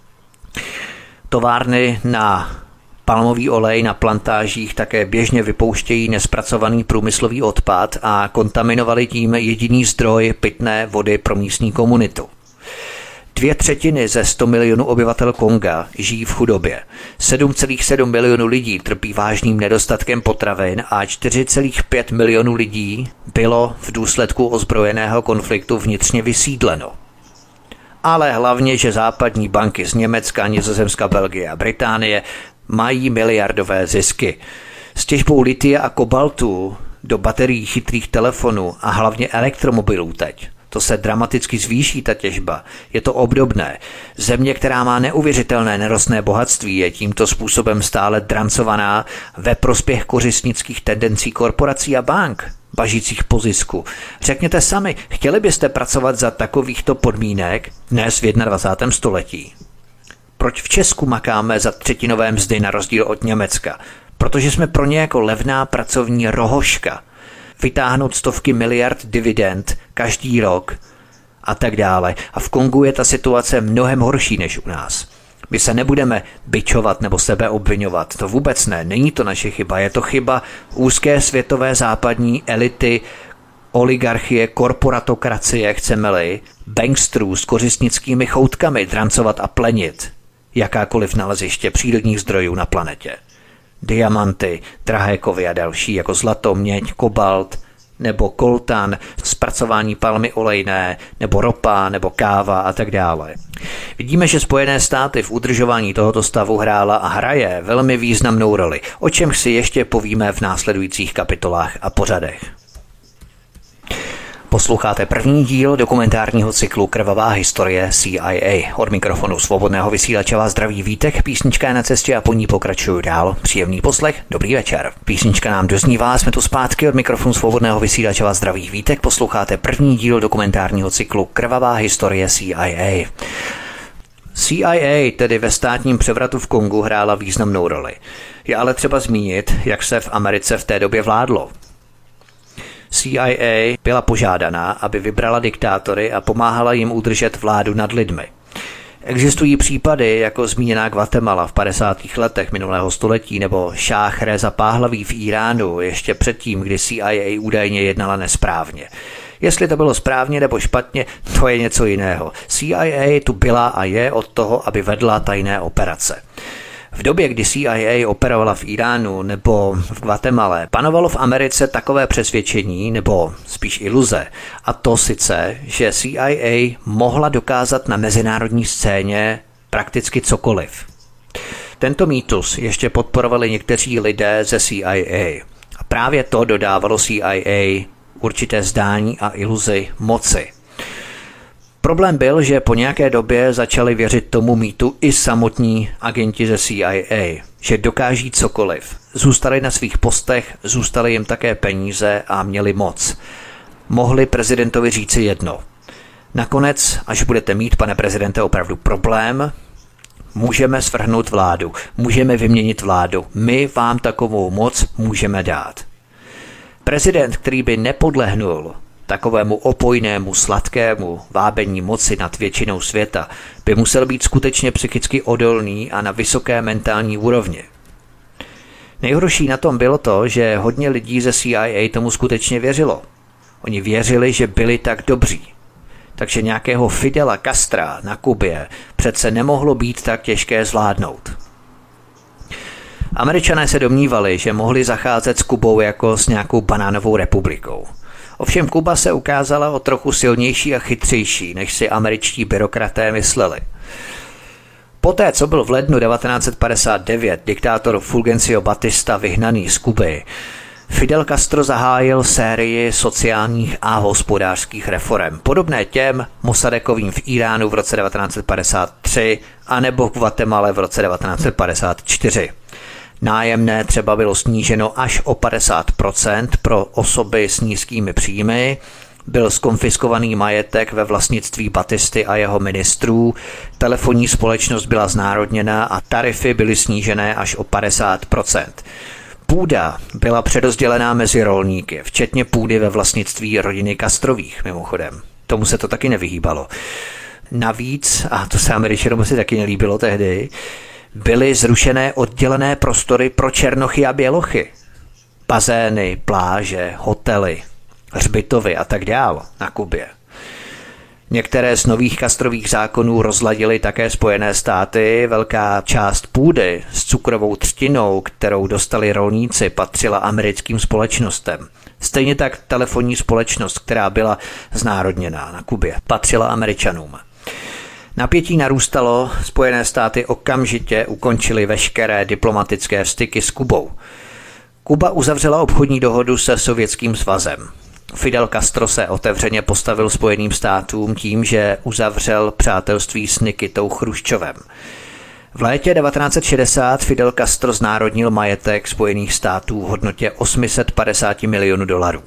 Továrny na palmový olej na plantážích také běžně vypouštějí nespracovaný průmyslový odpad a kontaminovali tím jediný zdroj pitné vody pro místní komunitu. Dvě třetiny ze sto milionů obyvatel Konga žijí v chudobě. sedm celá sedm milionů lidí trpí vážným nedostatkem potravin a čtyři celá pět milionů lidí bylo v důsledku ozbrojeného konfliktu vnitřně vysídleno. Ale hlavně, že západní banky z Německa, Nizozemska, Belgie a Británie mají miliardové zisky. S těžbou litia a kobaltu do baterií chytrých telefonů a hlavně elektromobilů teď. To se dramaticky zvýší, ta těžba. Je to obdobné. Země, která má neuvěřitelné nerostné bohatství, je tímto způsobem stále drancovaná ve prospěch kořistnických tendencí korporací a bank, bažících po zisku. Řekněte sami, chtěli byste pracovat za takovýchto podmínek dnes v dvacátém prvním století? Proč v Česku makáme za třetinové mzdy na rozdíl od Německa? Protože jsme pro ně jako levná pracovní rohoška. Vytáhnout stovky miliard dividend každý rok a tak dále. A v Kongu je ta situace mnohem horší než u nás. My se nebudeme bičovat nebo sebe obvinovat. To vůbec ne. Není to naše chyba. Je to chyba úzké světové západní elity, oligarchie, korporatokracie, chceme-li, bankstrů s kořistnickými choutkami drancovat a plenit jakákoliv naleziště přírodních zdrojů na planetě. Diamanty, drahé kovy a další, jako zlato, měď, kobalt nebo koltan, zpracování palmy olejné, nebo ropa, nebo káva a tak dále. Vidíme, že Spojené státy v udržování tohoto stavu hrála a hraje velmi významnou roli, o čem si ještě povíme v následujících kapitolách a pořadech. Posloucháte první díl dokumentárního cyklu Krvavá historie C I A. Od mikrofonu svobodného vysílače vás zdraví Vítek, písnička je na cestě a po ní pokračuju dál. Příjemný poslech, dobrý večer. Písnička nám doznívá, jsme tu zpátky, od mikrofonu svobodného vysílače vás zdraví Vítek. Posloucháte první díl dokumentárního cyklu Krvavá historie C I A. C I A tedy ve státním převratu v Kongu hrála významnou roli. Je ale třeba zmínit, jak se v Americe v té době vládlo. C I A byla požádaná, aby vybrala diktátory a pomáhala jim udržet vládu nad lidmi. Existují případy jako zmíněná Guatemala v padesátých letech minulého století nebo šáh Reza Páhlaví v Iránu ještě předtím, kdy C I A údajně jednala nesprávně. Jestli to bylo správně nebo špatně, to je něco jiného. C I A tu byla a je od toho, aby vedla tajné operace. V době, kdy C I A operovala v Iránu nebo v Guatemale, panovalo v Americe takové přesvědčení, nebo spíš iluze, a to sice, že C I A mohla dokázat na mezinárodní scéně prakticky cokoliv. Tento mýtus ještě podporovali někteří lidé ze C I A. A právě to dodávalo C I A určité zdání a iluzi moci. Problém byl, že po nějaké době začali věřit tomu mýtu i samotní agenti ze C I A, že dokáží cokoliv. Zůstali na svých postech, zůstali jim také peníze a měli moc. Mohli prezidentovi říci jedno. Nakonec, až budete mít, pane prezidente, opravdu problém, můžeme svrhnout vládu, můžeme vyměnit vládu, my vám takovou moc můžeme dát. Prezident, který by nepodlehnul takovému opojnému, sladkému vábení moci nad většinou světa, by musel být skutečně psychicky odolný a na vysoké mentální úrovni. Nejhorší na tom bylo to, že hodně lidí ze C I A tomu skutečně věřilo. Oni věřili, že byli tak dobří. Takže nějakého Fidela Castra na Kubě přece nemohlo být tak těžké zvládnout. Američané se domnívali, že mohli zacházet s Kubou jako s nějakou banánovou republikou. Ovšem Kuba se ukázala o trochu silnější a chytřejší, než si američtí byrokraté mysleli. Poté, co byl v lednu devatenáct set padesát devět diktátor Fulgencio Batista vyhnaný z Kuby, Fidel Castro zahájil sérii sociálních a hospodářských reforem, podobné těm Mossadekovým v Iránu v roce devatenáct set padesát tři a nebo v Guatemale v roce devatenáct set padesát čtyři. Nájemné třeba bylo sníženo až o padesát procent pro osoby s nízkými příjmy, byl zkonfiskovaný majetek ve vlastnictví Batisty a jeho ministrů, telefonní společnost byla znárodněna a tarify byly snížené až o padesát procent. Půda byla přerozdělená mezi rolníky, včetně půdy ve vlastnictví rodiny Castrových, mimochodem. Tomu se to taky nevyhýbalo. Navíc, a to se Američanům si taky nelíbilo tehdy, byly zrušené oddělené prostory pro černochy a bělochy. Bazény, pláže, hotely, hřbitovy a tak dál na Kubě. Některé z nových Castrových zákonů rozladily také Spojené státy. Velká část půdy s cukrovou třtinou, kterou dostali rolníci, patřila americkým společnostem. Stejně tak telefonní společnost, která byla znárodněná na Kubě, patřila Američanům. Napětí narůstalo, Spojené státy okamžitě ukončily veškeré diplomatické styky s Kubou. Kuba uzavřela obchodní dohodu se Sovětským svazem. Fidel Castro se otevřeně postavil Spojeným státům tím, že uzavřel přátelství s Nikitou Chruščovem. V létě devatenáct set šedesát Fidel Castro znárodnil majetek Spojených států v hodnotě osm set padesát milionů dolarů.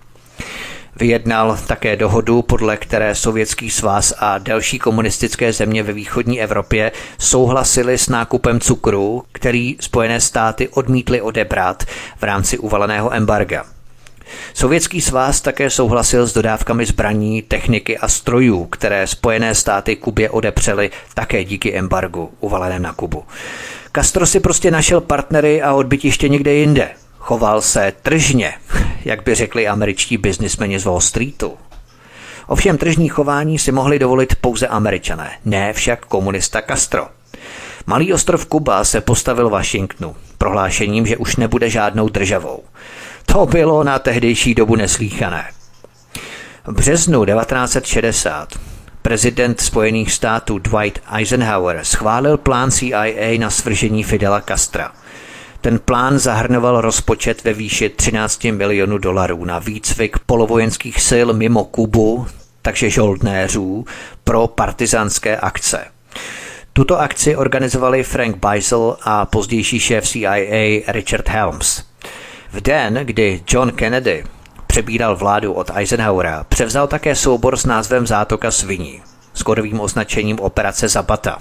Vyjednal také dohodu, podle které Sovětský svaz a další komunistické země ve východní Evropě souhlasili s nákupem cukru, který Spojené státy odmítly odebrat v rámci uvaleného embarga. Sovětský svaz také souhlasil s dodávkami zbraní, techniky a strojů, které Spojené státy Kubě odepřely také díky embargu uvaleném na Kubu. Castro si prostě našel partnery a odbytiště někde jinde. Choval se tržně, jak by řekli američtí biznismeni z Wall Streetu. Ovšem tržní chování si mohli dovolit pouze Američané, ne však komunista Castro. Malý ostrov Kuba se postavil Washingtonu prohlášením, že už nebude žádnou državou. To bylo na tehdejší dobu neslýchané. V březnu devatenáct set šedesát prezident Spojených států Dwight Eisenhower schválil plán C I A na svržení Fidela Castra. Ten plán zahrnoval rozpočet ve výši třináct milionů dolarů na výcvik polovojenských sil mimo Kubu, takže žoldnéřů, pro partizánské akce. Tuto akci organizovali Frank Beisel a pozdější šéf C I A Richard Helms. V den, kdy John Kennedy přebíral vládu od Eisenhowera, převzal také soubor s názvem Zátoka sviní, s kódovým označením Operace Zapata.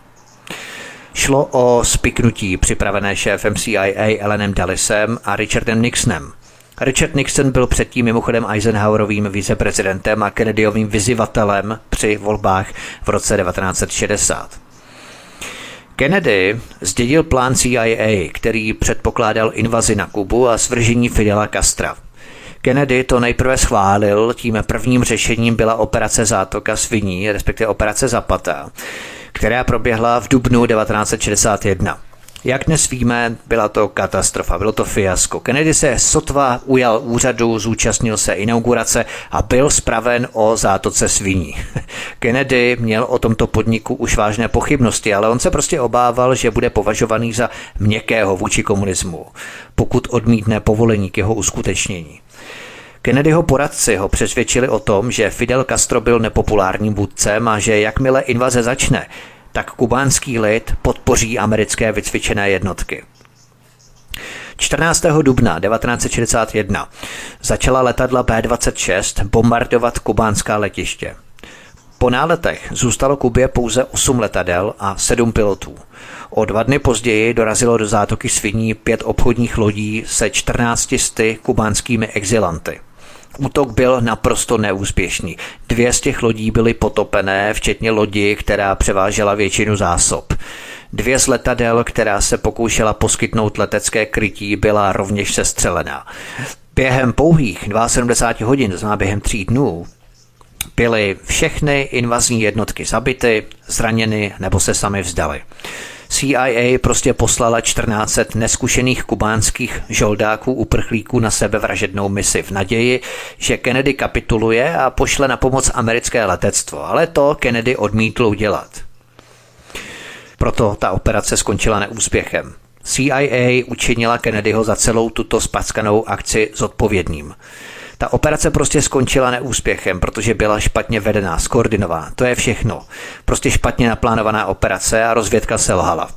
Šlo o spiknutí připravené šéfem C I A Allenem Dullesem a Richardem Nixonem. Richard Nixon byl předtím mimochodem Eisenhowerovým viceprezidentem a Kennedyovým vyzývatelem při volbách v roce devatenáct set šedesát. Kennedy zdědil plán C I A, který předpokládal invazi na Kubu a svržení Fidela Castra. Kennedy to nejprve schválil, tím prvním řešením byla operace Zátoka sviní, respektive operace Zapata, která proběhla v dubnu devatenáct set šedesát jedna. Jak dnes víme, byla to katastrofa, bylo to fiasko. Kennedy se sotva ujal úřadu, zúčastnil se inaugurace a byl zpraven o zátoce sviní. Kennedy měl o tomto podniku už vážné pochybnosti, ale on se prostě obával, že bude považovaný za měkkého vůči komunismu, pokud odmítne povolení k jeho uskutečnění. Kennedyho poradci ho přesvědčili o tom, že Fidel Castro byl nepopulárním vůdcem a že jakmile invaze začne, tak kubánský lid podpoří americké vycvičené jednotky. čtrnáctého dubna devatenáct set šedesát jedna začala letadla bé dvacet šest bombardovat kubánská letiště. Po náletech zůstalo Kubě pouze osm letadel a sedm pilotů. O dva dny později dorazilo do zátoky sviní pět obchodních lodí se čtrnácti sty kubánskými exilanty. Útok byl naprosto neúspěšný. Dvě z těch lodí byly potopené, včetně lodi, která převážela většinu zásob. Dvě z letadel, která se pokoušela poskytnout letecké krytí, byla rovněž sestřelená. Během pouhých sedmdesát dva hodin, to znamená během tří dnů, byly všechny invazní jednotky zabity, zraněny nebo se sami vzdali. C I A prostě poslala čtrnáct set neskušených kubánských žoldáků uprchlíků na sebevražednou misi v naději, že Kennedy kapituluje a pošle na pomoc americké letectvo, ale to Kennedy odmítl udělat. Proto ta operace skončila neúspěchem. C I A učinila Kennedyho za celou tuto spackanou akci zodpovědným. Ta operace prostě skončila neúspěchem, protože byla špatně vedená, skoordinovaná. To je všechno. Prostě špatně naplánovaná operace a rozvědka selhala.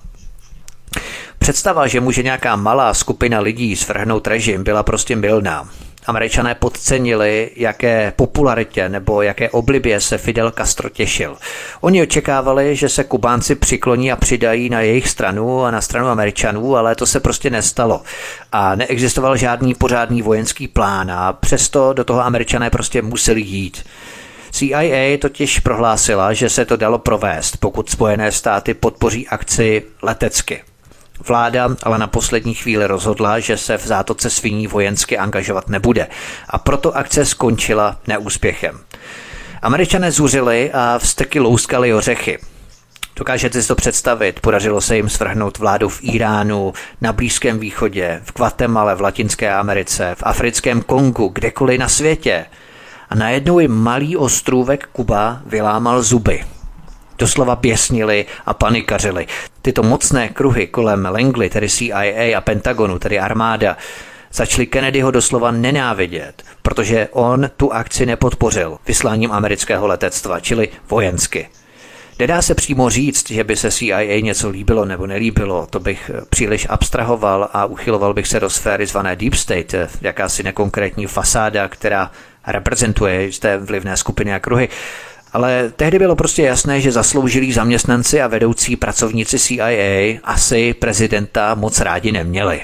Představa, že může nějaká malá skupina lidí svrhnout režim, byla prostě mylná. Američané podcenili, jaké popularitě nebo jaké oblibě se Fidel Castro těšil. Oni očekávali, že se Kubánci přikloní a přidají na jejich stranu a na stranu Američanů, ale to se prostě nestalo. A neexistoval žádný pořádný vojenský plán a přesto do toho Američané prostě museli jít. C I A totiž prohlásila, že se to dalo provést, pokud Spojené státy podpoří akci letecky. Vláda ale na poslední chvíli rozhodla, že se v zátoce sviní vojensky angažovat nebude a proto akce skončila neúspěchem. Američané zuřili a vzteky louskali ořechy. Dokážete si to představit, podařilo se jim svrhnout vládu v Iránu, na Blízkém východě, v Guatemale, v Latinské Americe, v africkém Kongu, kdekoliv na světě. A najednou jim malý ostrůvek Kuba vylámal zuby. Doslova běsnili a panikařili. Tyto mocné kruhy kolem Langley, tedy C I A a Pentagonu, tedy armáda, začali Kennedyho doslova nenávidět, protože on tu akci nepodpořil vysláním amerického letectva, čili vojensky. Nedá se přímo říct, že by se C I A něco líbilo nebo nelíbilo, to bych příliš abstrahoval a uchyloval bych se do sféry zvané Deep State, jakási nekonkrétní fasáda, která reprezentuje jisté vlivné skupiny a kruhy. Ale tehdy bylo prostě jasné, že zasloužilí zaměstnanci a vedoucí pracovníci C I A asi prezidenta moc rádi neměli.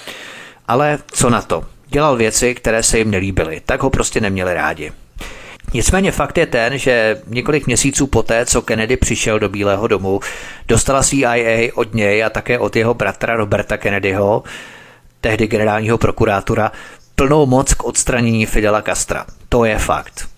Ale co na to? Dělal věci, které se jim nelíbily, tak ho prostě neměli rádi. Nicméně fakt je ten, že několik měsíců poté, co Kennedy přišel do Bílého domu, dostala C I A od něj a také od jeho bratra Roberta Kennedyho, tehdy generálního prokurátora, plnou moc k odstranění Fidela Castra. To je fakt.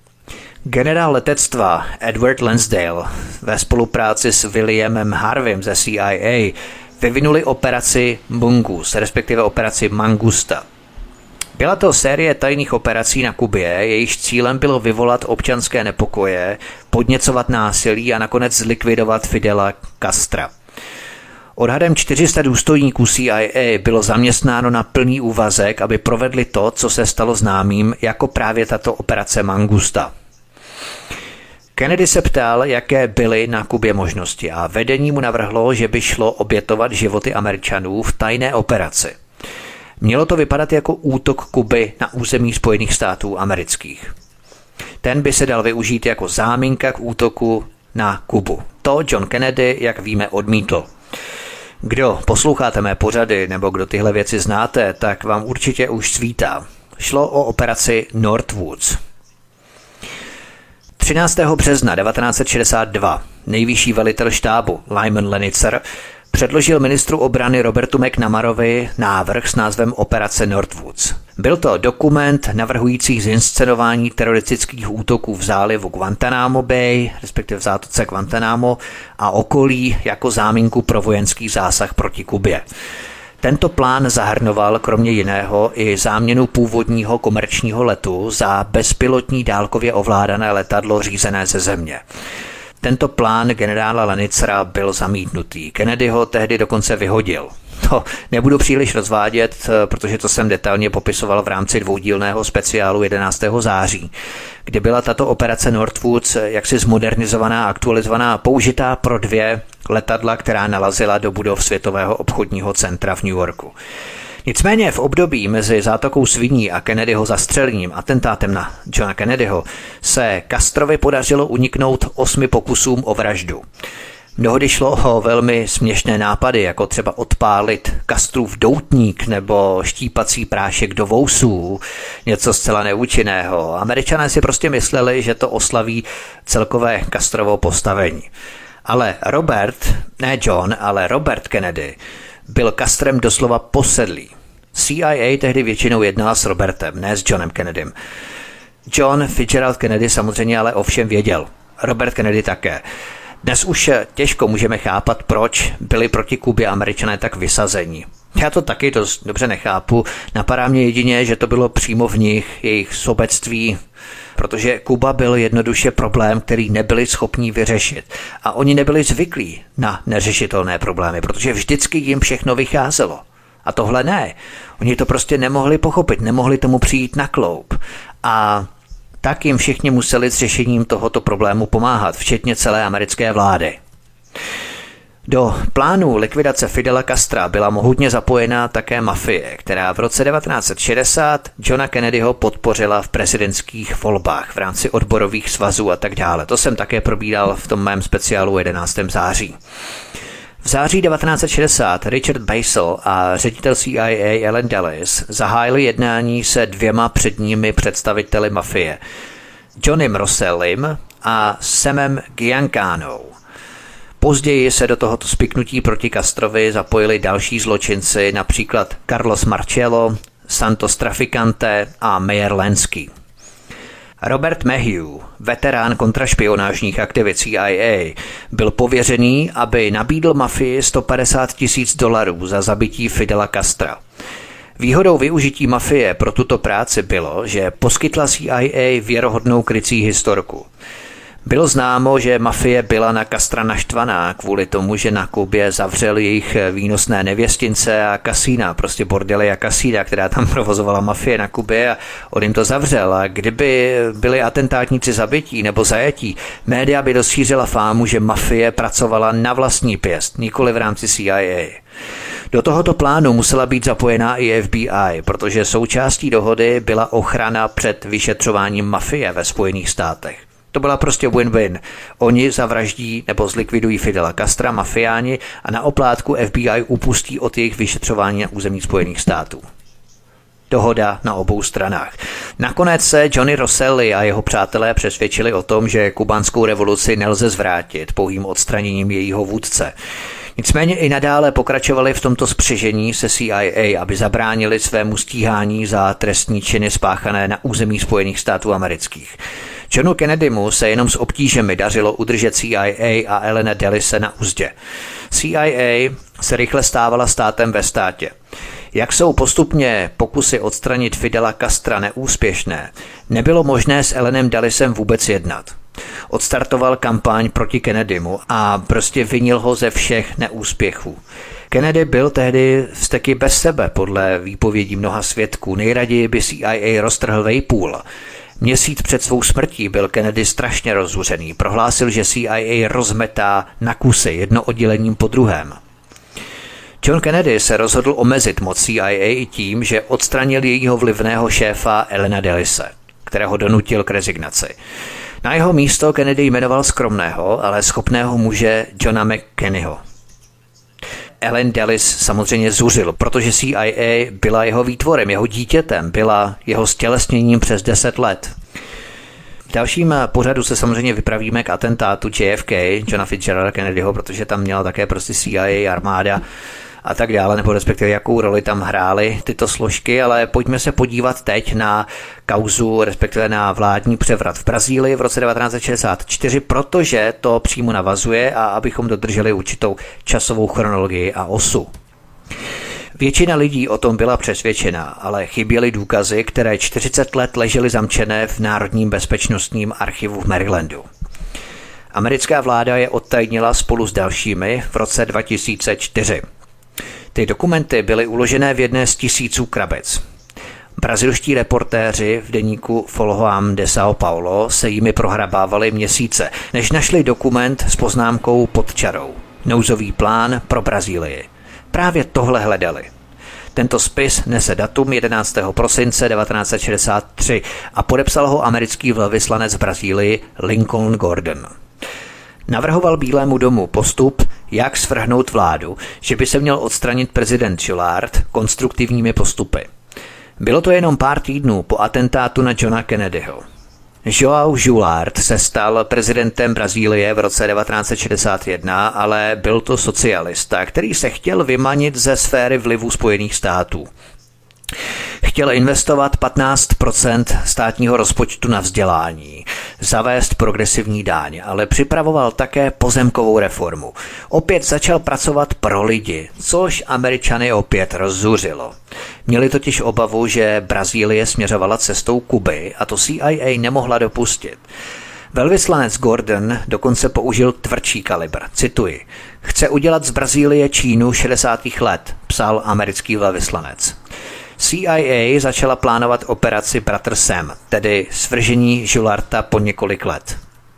Generál letectva Edward Lansdale ve spolupráci s Williamem Harveym ze C I A vyvinuli operaci Mongoose, respektive operaci Mangusta. Byla to série tajných operací na Kubě, jejíž cílem bylo vyvolat občanské nepokoje, podněcovat násilí a nakonec zlikvidovat Fidela Castra. Odhadem čtyři sta důstojníků C I A bylo zaměstnáno na plný úvazek, aby provedli to, co se stalo známým jako právě tato operace Mangusta. Kennedy se ptal, jaké byly na Kubě možnosti a vedení mu navrhlo, že by šlo obětovat životy Američanů v tajné operaci. Mělo to vypadat jako útok Kuby na území Spojených států amerických. Ten by se dal využít jako záminka k útoku na Kubu. To John Kennedy, jak víme, odmítl. Kdo posloucháte mé pořady nebo kdo tyhle věci znáte, tak vám určitě už svítá. Šlo o operaci Northwoods. třináctého března devatenáct set šedesát dva nejvyšší velitel štábu Lyman Lenitzer předložil ministru obrany Robertu McNamarovi návrh s názvem Operace Northwoods. Byl to dokument navrhující zinscenování teroristických útoků v zálivu Guantánamo Bay, respektive v zátoce Guantánamo a okolí jako záminku pro vojenský zásah proti Kubě. Tento plán zahrnoval kromě jiného i záměnu původního komerčního letu za bezpilotní dálkově ovládané letadlo řízené ze země. Tento plán generála Lanicera byl zamítnutý. Kennedy ho tehdy dokonce vyhodil. To nebudu příliš rozvádět, protože to jsem detailně popisoval v rámci dvoudílného speciálu jedenáctého září, kdy byla tato operace Northwoods jaksi zmodernizovaná, aktualizovaná, použitá pro dvě letadla, která nalazila do budov Světového obchodního centra v New Yorku. Nicméně v období mezi zátokou Sviní a Kennedyho zastřelením, atentátem na Johna Kennedyho, se Castrovi podařilo uniknout osmi pokusům o vraždu. Mnohdy šlo o velmi směšné nápady, jako třeba odpálit Castrův doutník nebo štípací prášek do vousů, něco zcela neúčinného. Američané si prostě mysleli, že to oslaví celkové Castrovo postavení. Ale Robert, ne John, ale Robert Kennedy byl Castrem doslova posedlý. C I A tehdy většinou jednala s Robertem, ne s Johnem Kennedym. John Fitzgerald Kennedy samozřejmě ale ovšem věděl. Robert Kennedy také. Dnes už těžko můžeme chápat, proč byli proti Kubě Američané tak vysazení. Já to taky dost dobře nechápu. Napadá mě jedině, že to bylo přímo v nich, jejich sobectví, protože Kuba byl jednoduše problém, který nebyli schopni vyřešit. A oni nebyli zvyklí na neřešitelné problémy, protože vždycky jim všechno vycházelo. A tohle ne. Oni to prostě nemohli pochopit, nemohli tomu přijít na kloub. A tak jim všichni museli s řešením tohoto problému pomáhat, včetně celé americké vlády. Do plánu likvidace Fidela Castra byla mohutně zapojena také mafie, která v roce devatenáct set šedesát Johna Kennedyho podpořila v prezidentských volbách v rámci odborových svazů a tak dále. To jsem také probíral v tom mém speciálu jedenáctého září. V září devatenáct set šedesát Richard Basel a ředitel C I A Allen Dulles zahájili jednání se dvěma předními představiteli mafie, Johnnym Rossellim a Samem Giancanou. Později se do tohoto spiknutí proti Castrovi zapojili další zločinci, například Carlos Marcello, Santos Traficante a Meyer Lansky. Robert Mayhew, veterán kontrašpionážních aktivit C I A, byl pověřený, aby nabídl mafii sto padesát tisíc dolarů za zabití Fidela Castra. Výhodou využití mafie pro tuto práci bylo, že poskytla C I A věrohodnou krycí historku. Bylo známo, že mafie byla na Castra naštvaná kvůli tomu, že na Kubě zavřel jejich výnosné nevěstince a kasína, prostě bordely a kasína, která tam provozovala mafie na Kubě a on jim to zavřel. A kdyby byli atentátníci zabití nebo zajetí, média by rozšířila fámu, že mafie pracovala na vlastní pěst, nikoli v rámci C I A. Do tohoto plánu musela být zapojená i F B I, protože součástí dohody byla ochrana před vyšetřováním mafie ve Spojených státech. To byla prostě win-win. Oni zavraždí nebo zlikvidují Fidela Castra, mafiáni, a na oplátku F B I upustí od jejich vyšetřování na území Spojených států. Dohoda na obou stranách. Nakonec se Johnny Rosselli a jeho přátelé přesvědčili o tom, že kubánskou revoluci nelze zvrátit pouhým odstraněním jejího vůdce. Nicméně i nadále pokračovali v tomto spřežení se C I A, aby zabránili svému stíhání za trestní činy spáchané na území Spojených států amerických. Johnu Kennedymu se jenom s obtížemi dařilo udržet C I A a Allena Dullise na uzdě. C I A se rychle stávala státem ve státě. Jak jsou postupně pokusy odstranit Fidela Castra neúspěšné, nebylo možné s Allenem Dullisem vůbec jednat. Odstartoval kampaň proti Kennedymu a prostě vinil ho ze všech neúspěchů. Kennedy byl tehdy vzteky bez sebe, podle výpovědí mnoha svědků. Nejraději by C I A roztrhl vejpůl. Měsíc před svou smrtí byl Kennedy strašně rozzuřený. Prohlásil, že C I A rozmetá na kusy jedno oddělením po druhém. John Kennedy se rozhodl omezit moc C I A i tím, že odstranil jejího vlivného šéfa Allena Dullise, kterého donutil k rezignaci. Na jeho místo Kennedy jmenoval skromného, ale schopného muže Johna McKinneyho. Allen Dulles samozřejmě zuřil, protože C I A byla jeho výtvorem, jeho dítětem, byla jeho stělesněním přes deset let. V dalším pořadu se samozřejmě vypravíme k atentátu J F K, Johna Fitzgeralda Kennedyho, protože tam měla také prostě C I A, armáda a tak dále, nebo respektive jakou roli tam hrály tyto složky, ale pojďme se podívat teď na kauzu, respektive na vládní převrat v Brazílii v roce devatenáct set šedesát čtyři, protože to přímo navazuje a abychom dodrželi určitou časovou chronologii a osu. Většina lidí o tom byla přesvědčena, ale chyběly důkazy, které čtyřicet let ležely zamčené v Národním bezpečnostním archivu v Marylandu. Americká vláda je odtajnila spolu s dalšími v roce dva tisíce čtyři. Ty dokumenty byly uložené v jedné z tisíců krabic. Brazilští reportéři v deníku Folham de São Paulo se jimi prohrabávali měsíce, než našli dokument s poznámkou pod čarou. Nouzový plán pro Brazílii. Právě tohle hledali. Tento spis nese datum jedenáctého prosince devatenáct set šedesát tři a podepsal ho americký velvyslanec v Brazílii Lincoln Gordon. Navrhoval Bílému domu postup, jak svrhnout vládu, že by se měl odstranit prezident Gillard konstruktivními postupy. Bylo to jenom pár týdnů po atentátu na Johna Kennedyho. João Goulart se stal prezidentem Brazílie v roce devatenáct set šedesát jedna, ale byl to socialista, který se chtěl vymanit ze sféry vlivu Spojených států. Chtěl investovat patnáct procent státního rozpočtu na vzdělání, zavést progresivní daň, ale připravoval také pozemkovou reformu. Opět začal pracovat pro lidi, což Američany opět rozzuřilo. Měli totiž obavu, že Brazílie směřovala cestou Kuby a to C I A nemohla dopustit. Velvyslanec Gordon dokonce použil tvrdší kalibr. Cituji. Chce udělat z Brazílie Čínu šedesátých let, psal americký velvyslanec. C I A začala plánovat operaci Bratr Sam, tedy svržení Gillarda po několik let.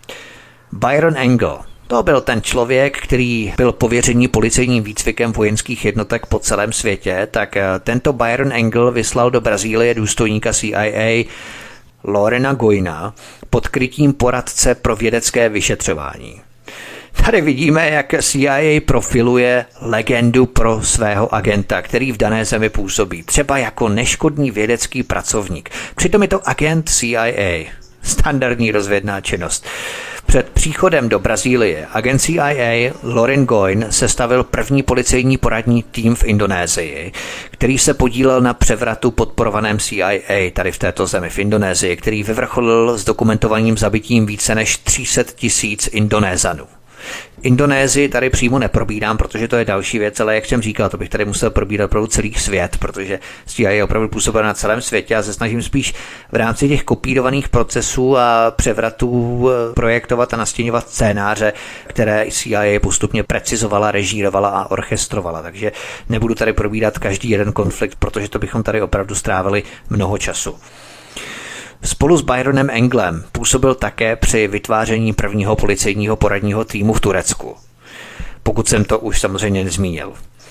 Byron Engel, to byl ten člověk, který byl pověřený policejním výcvikem vojenských jednotek po celém světě, tak tento Byron Engel vyslal do Brazílie důstojníka C I A Lorena Goina pod krytím poradce pro vědecké vyšetřování. Tady vidíme, jak C I A profiluje legendu pro svého agenta, který v dané zemi působí, třeba jako neškodný vědecký pracovník. Přitom je to agent C I A, standardní rozvědná činnost. Před příchodem do Brazílie agent C I A Loren Goin sestavil první policejní poradní tým v Indonésii, který se podílel na převratu podporovaném C I A tady v této zemi v Indonésii, který vyvrcholil s dokumentovaným zabitím více než tři sta tisíc Indonézanů. Indonésii tady přímo neprobírám, protože to je další věc, ale jak jsem říkal, to bych tady musel probírat opravdu celý svět, protože C I A opravdu působil na celém světě a se snažím spíš v rámci těch kopírovaných procesů a převratů projektovat a nastěňovat scénáře, které C I A postupně precizovala, režírovala a orchestrovala. Takže nebudu tady probírat každý jeden konflikt, protože to bychom tady opravdu strávili mnoho času. Spolu s Byronem Englem působil také při vytváření prvního policejního poradního týmu v Turecku. Pokud jsem to už samozřejmě nezmínil.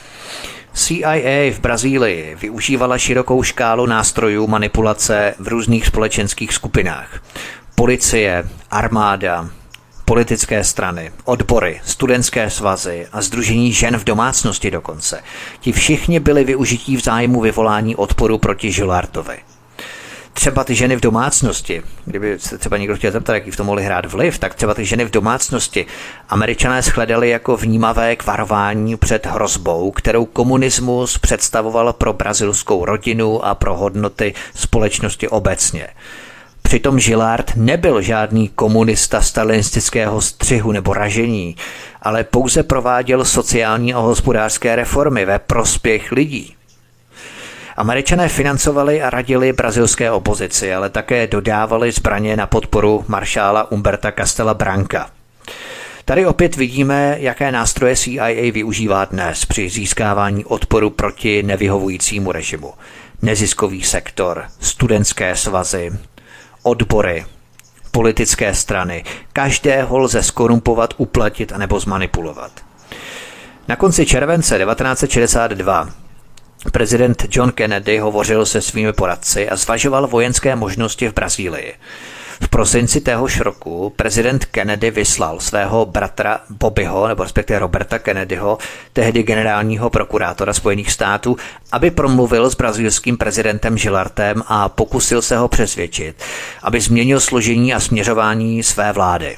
C I A v Brazílii využívala širokou škálu nástrojů manipulace v různých společenských skupinách. Policie, armáda, politické strany, odbory, studentské svazy a sdružení žen v domácnosti dokonce. Ti všichni byli využití v zájmu vyvolání odporu proti Gillardovi. Třeba ty ženy v domácnosti, kdyby se třeba někdo chtěl zeptat, jaký v tom mohli hrát vliv, tak třeba ty ženy v domácnosti Američané shledali jako vnímavé k varování před hrozbou, kterou komunismus představoval pro brazilskou rodinu a pro hodnoty společnosti obecně. Přitom Gillard nebyl žádný komunista stalinistického střihu nebo ražení, ale pouze prováděl sociální a hospodářské reformy ve prospěch lidí. Američané financovali a radili brazilské opozici, ale také dodávali zbraně na podporu maršála Humberta Castela Branca. Tady opět vidíme, jaké nástroje C I A využívá dnes při získávání odporu proti nevyhovujícímu režimu. Neziskový sektor, studentské svazy, odbory, politické strany. Každého lze skorumpovat, uplatit anebo zmanipulovat. Na konci července devatenáct set šedesát dva prezident John Kennedy hovořil se svými poradci a zvažoval vojenské možnosti v Brazílii. V prosinci téhož roku prezident Kennedy vyslal svého bratra Bobbyho, nebo respektive Roberta Kennedyho, tehdy generálního prokurátora Spojených států, aby promluvil s brazilským prezidentem Gillardem a pokusil se ho přesvědčit, aby změnil složení a směřování své vlády.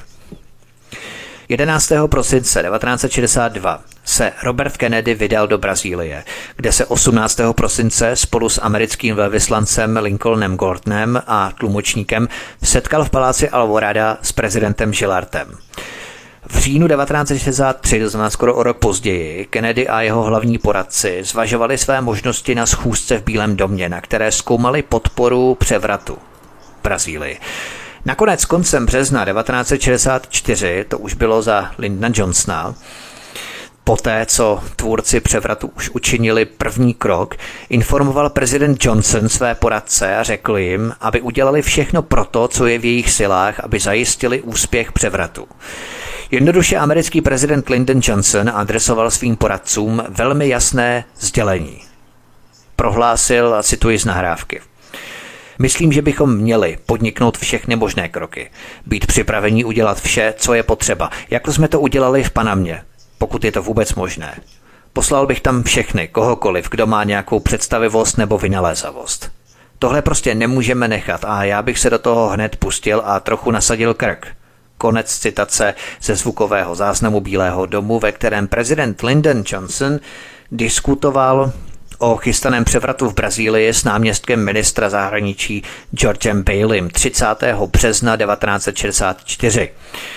jedenáctého prosince devatenáct set šedesát dva se Robert Kennedy vydal do Brazílie, kde se osmnáctého prosince spolu s americkým velvyslancem Lincolnem Gordonem a tlumočníkem setkal v paláci Alvorada s prezidentem Gillardem. V říjnu devatenáct set šedesát tři, to znamená skoro o rok později, Kennedy a jeho hlavní poradci zvažovali své možnosti na schůzce v Bílém domě, na které zkoumali podporu převratu v Brazílii. Nakonec koncem března devatenáct set šedesát čtyři, to už bylo za Lyndona Johnsona, poté, co tvůrci převratu už učinili první krok, informoval prezident Johnson své poradce a řekl jim, aby udělali všechno proto, co je v jejich silách, aby zajistili úspěch převratu. Jednoduše americký prezident Lyndon Johnson adresoval svým poradcům velmi jasné sdělení. Prohlásil, a cituji z nahrávky: Myslím, že bychom měli podniknout všechny možné kroky. Být připraveni udělat vše, co je potřeba, jako jsme to udělali v Panamě, pokud je to vůbec možné. Poslal bych tam všechny, kohokoliv, kdo má nějakou představivost nebo vynalézavost. Tohle prostě nemůžeme nechat a já bych se do toho hned pustil a trochu nasadil krk. Konec citace ze zvukového záznamu Bílého domu, ve kterém prezident Lyndon Johnson diskutoval o chystaném převratu v Brazílii s náměstkem ministra zahraničí Georgem Baleym třicátého března devatenáct set šedesát čtyři.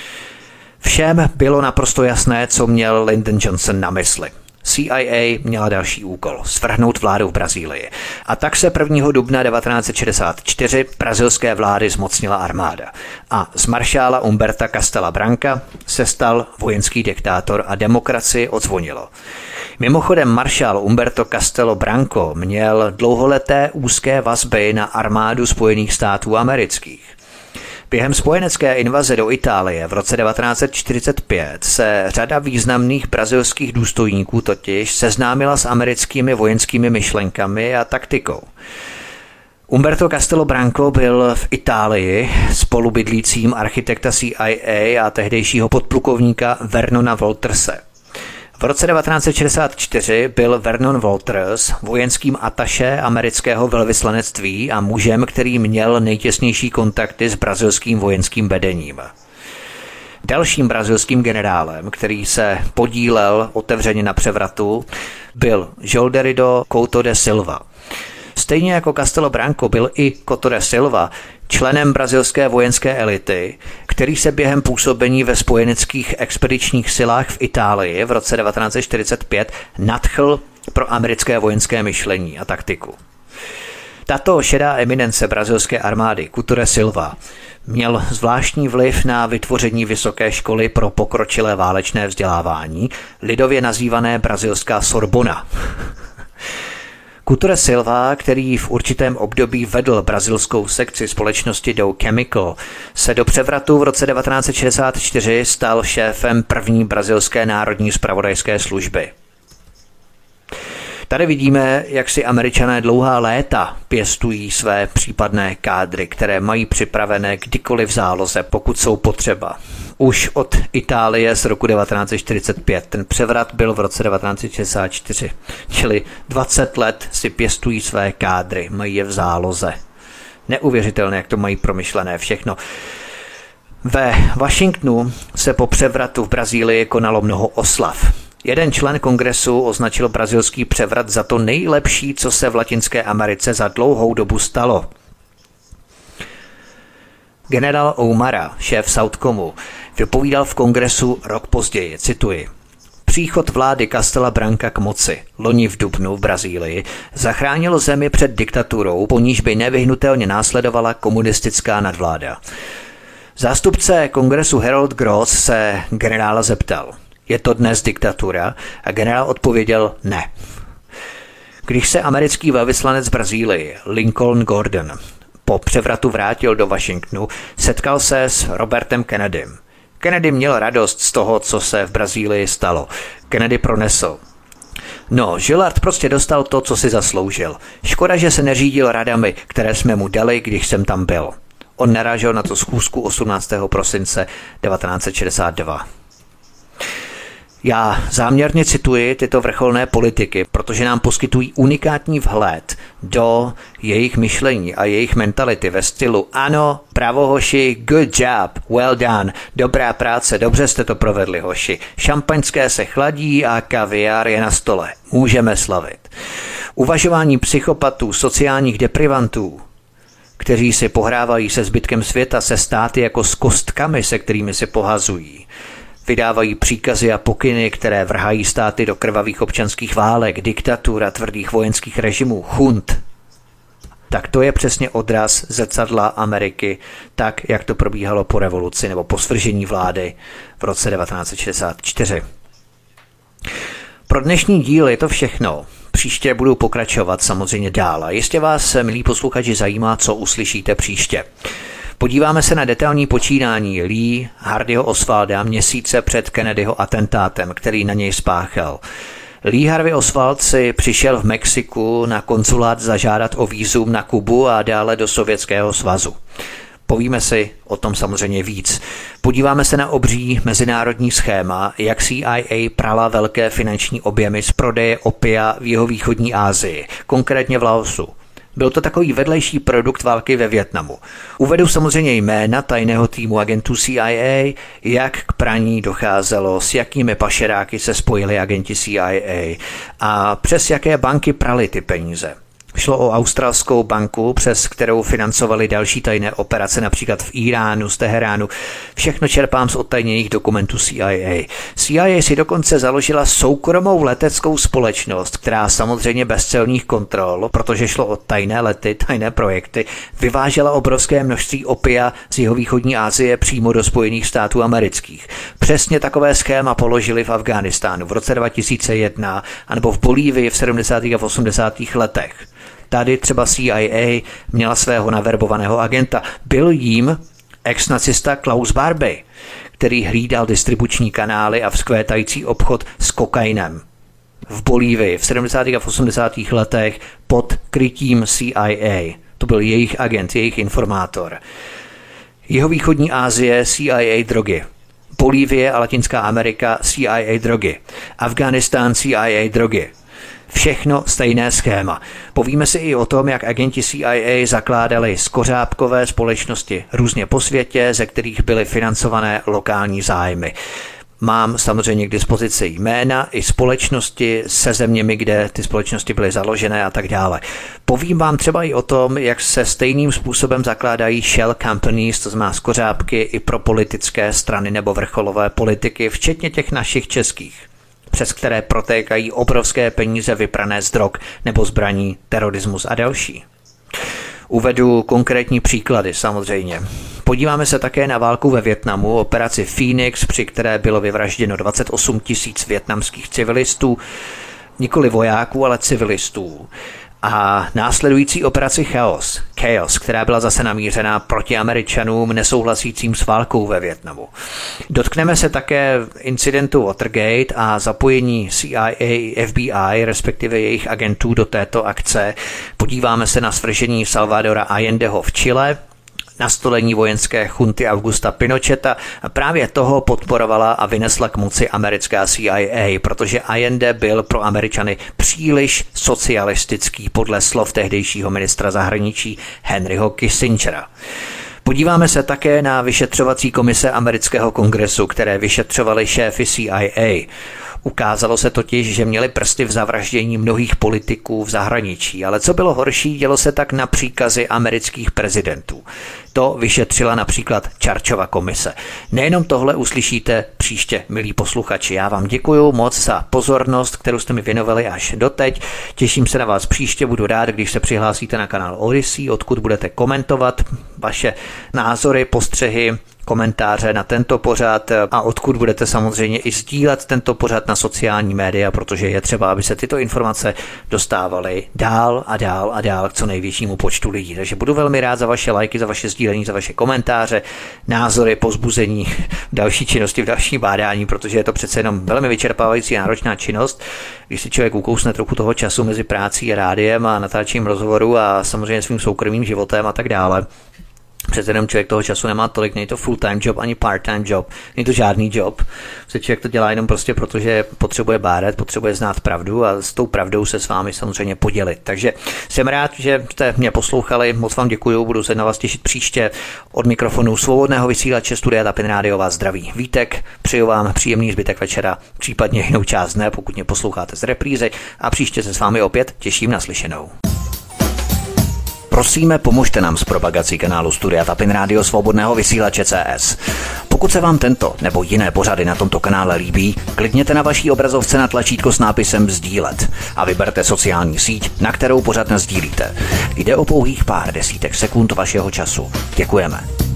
Všem bylo naprosto jasné, co měl Lyndon Johnson na mysli. C I A měla další úkol – svrhnout vládu v Brazílii. A tak se prvního dubna devatenáct set šedesát čtyři brazilské vlády zmocnila armáda. A z maršála Humberta Castela Branca se stal vojenský diktátor a demokracii odzvonilo. Mimochodem maršál Humberto Castelo Branco měl dlouholeté úzké vazby na armádu Spojených států amerických. Během spojenecké invaze do Itálie v roce devatenáct set čtyřicet pět se řada významných brazilských důstojníků totiž seznámila s americkými vojenskými myšlenkami a taktikou. Humberto Castelo Branco byl v Itálii spolubydlícím architekta C I A a tehdejšího podplukovníka Vernona Walterse. V roce devatenáct set šedesát čtyři byl Vernon Walters vojenským ataše amerického velvyslanectví a mužem, který měl nejtěsnější kontakty s brazilským vojenským vedením. Dalším brazilským generálem, který se podílel otevřeně na převratu, byl Jolderido Couto de Silva. Stejně jako Castelo Branco byl i Couto de Silva členem brazilské vojenské elity, který se během působení ve spojeneckých expedičních silách v Itálii v roce devatenáct set čtyřicet pět nadchl pro americké vojenské myšlení a taktiku. Tato šedá eminence brazilské armády, Couto de Silva, měl zvláštní vliv na vytvoření vysoké školy pro pokročilé válečné vzdělávání, lidově nazývané brazilská Sorbona. Couto de Silva, který v určitém období vedl brazilskou sekci společnosti Dow Chemical, se do převratu v roce devatenáct set šedesát čtyři stal šéfem první brazilské národní zpravodajské služby. Tady vidíme, jak si Američané dlouhá léta pěstují své případné kádry, které mají připravené kdykoliv v záloze, pokud jsou potřeba. Už od Itálie z roku devatenáct set čtyřicet pět. Ten převrat byl v roce devatenáct set šedesát čtyři. Čili dvacet let si pěstují své kádry, mají je v záloze. Neuvěřitelné, jak to mají promyšlené všechno. Ve Washingtonu se po převratu v Brazílii konalo mnoho oslav. Jeden člen kongresu označil brazilský převrat za to nejlepší, co se v Latinské Americe za dlouhou dobu stalo. Generál O'Mara, šéf Southcomu, vypovídal v kongresu rok později, cituji: Příchod vlády Castela Branca k moci loni v dubnu v Brazílii zachránil zemi před diktaturou, po níž by nevyhnutelně následovala komunistická nadvláda. Zástupce kongresu Harold Gross se generála zeptal: Je to dnes diktatura? A generál odpověděl ne. Když se americký velvyslanec z Brazílii Lincoln Gordon po převratu vrátil do Washingtonu, setkal se s Robertem Kennedym. Kennedy měl radost z toho, co se v Brazílii stalo. Kennedy pronesl: No, Gillard prostě dostal to, co si zasloužil. Škoda, že se neřídil radami, které jsme mu dali, když jsem tam byl. On narážel na to schůzku osmnáctého prosince devatenáct set šedesát dva. Já záměrně cituji tyto vrcholné politiky, protože nám poskytují unikátní vhled do jejich myšlení a jejich mentality ve stylu ano, bravo hoši, good job, well done, dobrá práce, dobře jste to provedli hoši, šampaňské se chladí a kaviár je na stole, můžeme slavit. Uvažování psychopatů, sociálních deprivantů, kteří si pohrávají se zbytkem světa, se státy jako s kostkami, se kterými si pohazují. Vydávají příkazy a pokyny, které vrhají státy do krvavých občanských válek, diktatur a tvrdých vojenských režimů, chunt. Tak to je přesně odraz zrcadla Ameriky, tak jak to probíhalo po revoluci nebo po svržení vlády v roce devatenáct set šedesát čtyři. Pro dnešní díl je to všechno. Příště budu pokračovat samozřejmě dál. A jistě vás, milí posluchači, zajímá, co uslyšíte příště. Podíváme se na detailní počínání Lee Harveyho Oswalda měsíce před Kennedyho atentátem, který na něj spáchal. Lee Harvey Oswald si přišel v Mexiku na konzulát zažádat o vízum na Kubu a dále do Sovětského svazu. Povíme si o tom samozřejmě víc. Podíváme se na obří mezinárodní schéma, jak C I A prala velké finanční objemy z prodeje opia v jihovýchodní Asii, konkrétně v Laosu. Byl to takový vedlejší produkt války ve Vietnamu. Uvedu samozřejmě jména tajného týmu agentů C I A, jak k praní docházelo, s jakými pašeráky se spojili agenti C I A a přes jaké banky prali ty peníze. Šlo o australskou banku, přes kterou financovali další tajné operace, například v Iránu, z Teheránu. Všechno čerpám z odtajněných dokumentů C I A. C I A si dokonce založila soukromou leteckou společnost, která samozřejmě bez celních kontrol, protože šlo o tajné lety, tajné projekty, vyvážela obrovské množství opia z jihovýchodní Asie přímo do Spojených států amerických. Přesně takové schéma položili v Afghánistánu v roce dva tisíce jedna anebo v Bolívii v sedmdesátých a osmdesátých letech. Tady třeba C I A měla svého naverbovaného agenta. Byl jím ex-nacista Klaus Barbie, který hlídal distribuční kanály a vzkvétající obchod s kokainem. V Bolívii v sedmdesátých a osmdesátých letech pod krytím C I A. To byl jejich agent, jejich informátor. Jihovýchodní Asie C I A drogy. Bolívie a Latinská Amerika C I A drogy. Afghánistán C I A drogy. Všechno stejné schéma. Povíme si i o tom, jak agenti C I A zakládali skořápkové společnosti různě po světě, ze kterých byly financované lokální zájmy. Mám samozřejmě k dispozici jména i společnosti se zeměmi, kde ty společnosti byly založené a tak dále. Povím vám třeba i o tom, jak se stejným způsobem zakládají shell companies, to znamená skořápky i pro politické strany nebo vrcholové politiky, včetně těch našich českých, přes které protékají obrovské peníze vyprané z drog nebo zbraní, terorismus a další. Uvedu konkrétní příklady samozřejmě. Podíváme se také na válku ve Vietnamu, operaci Phoenix, při které bylo vyvražděno dvacet osm tisíc vietnamských civilistů, nikoli vojáků, ale civilistů. A následující operaci Chaos, Chaos, která byla zase namířená proti Američanům nesouhlasícím s válkou ve Vietnamu. Dotkneme se také incidentu Watergate a zapojení C I A, F B I, respektive jejich agentů do této akce. Podíváme se na svržení Salvadora Allendeho v Chile, nastolení vojenské chunty Augusta Pinocheta. Právě toho podporovala a vynesla k moci americká C I A, protože Allende byl pro Američany příliš socialistický podle slov tehdejšího ministra zahraničí Henryho Kissingera. Podíváme se také na vyšetřovací komise amerického kongresu, které vyšetřovaly šéfy C I A. Ukázalo se totiž, že měli prsty v zavraždění mnohých politiků v zahraničí, ale co bylo horší, dělo se tak na příkazy amerických prezidentů. To vyšetřila například Churchova komise. Nejenom tohle uslyšíte příště, milí posluchači. Já vám děkuju moc za pozornost, kterou jste mi věnovali až doteď. Těším se na vás příště, budu rád, když se přihlásíte na kanál Odyssey, odkud budete komentovat vaše názory, postřehy, komentáře na tento pořad a odkud budete samozřejmě i sdílet tento pořad na sociální média, protože je třeba, aby se tyto informace dostávaly dál a dál a dál k co největšímu počtu lidí. Takže budu velmi rád za vaše lajky, za vaše sdílení, za vaše komentáře, názory, povzbuzení v další činnosti, v další bádání, protože je to přece jenom velmi vyčerpávající a náročná činnost, když si člověk ukousne trochu toho času mezi prácí a rádiem a natáčením rozhovoru a samozřejmě svým soukromým životem a tak dále. Přece jenom člověk toho času nemá tolik, není to full-time job ani part-time job, není to žádný job. Se člověk to dělá jenom prostě proto, že potřebuje bádat, potřebuje znát pravdu a s tou pravdou se s vámi samozřejmě podělit. Takže jsem rád, že jste mě poslouchali, moc vám děkuju, budu se na vás těšit příště. Od mikrofonu svobodného vysílače Studia Tapin Rádio vás zdraví Vítek, přeju vám příjemný zbytek večera, případně jinou část dne, pokud mě posloucháte z reprízy a příště se s vámi opět těším na slyšenou. Prosíme, pomožte nám s propagací kanálu Studia Tapin Rádio Svobodného vysílače C S. Pokud se vám tento nebo jiné pořady na tomto kanále líbí, klikněte na vaší obrazovce na tlačítko s nápisem sdílet a vyberte sociální síť, na kterou pořad nasdílíte. Jde o pouhých pár desítek sekund vašeho času. Děkujeme.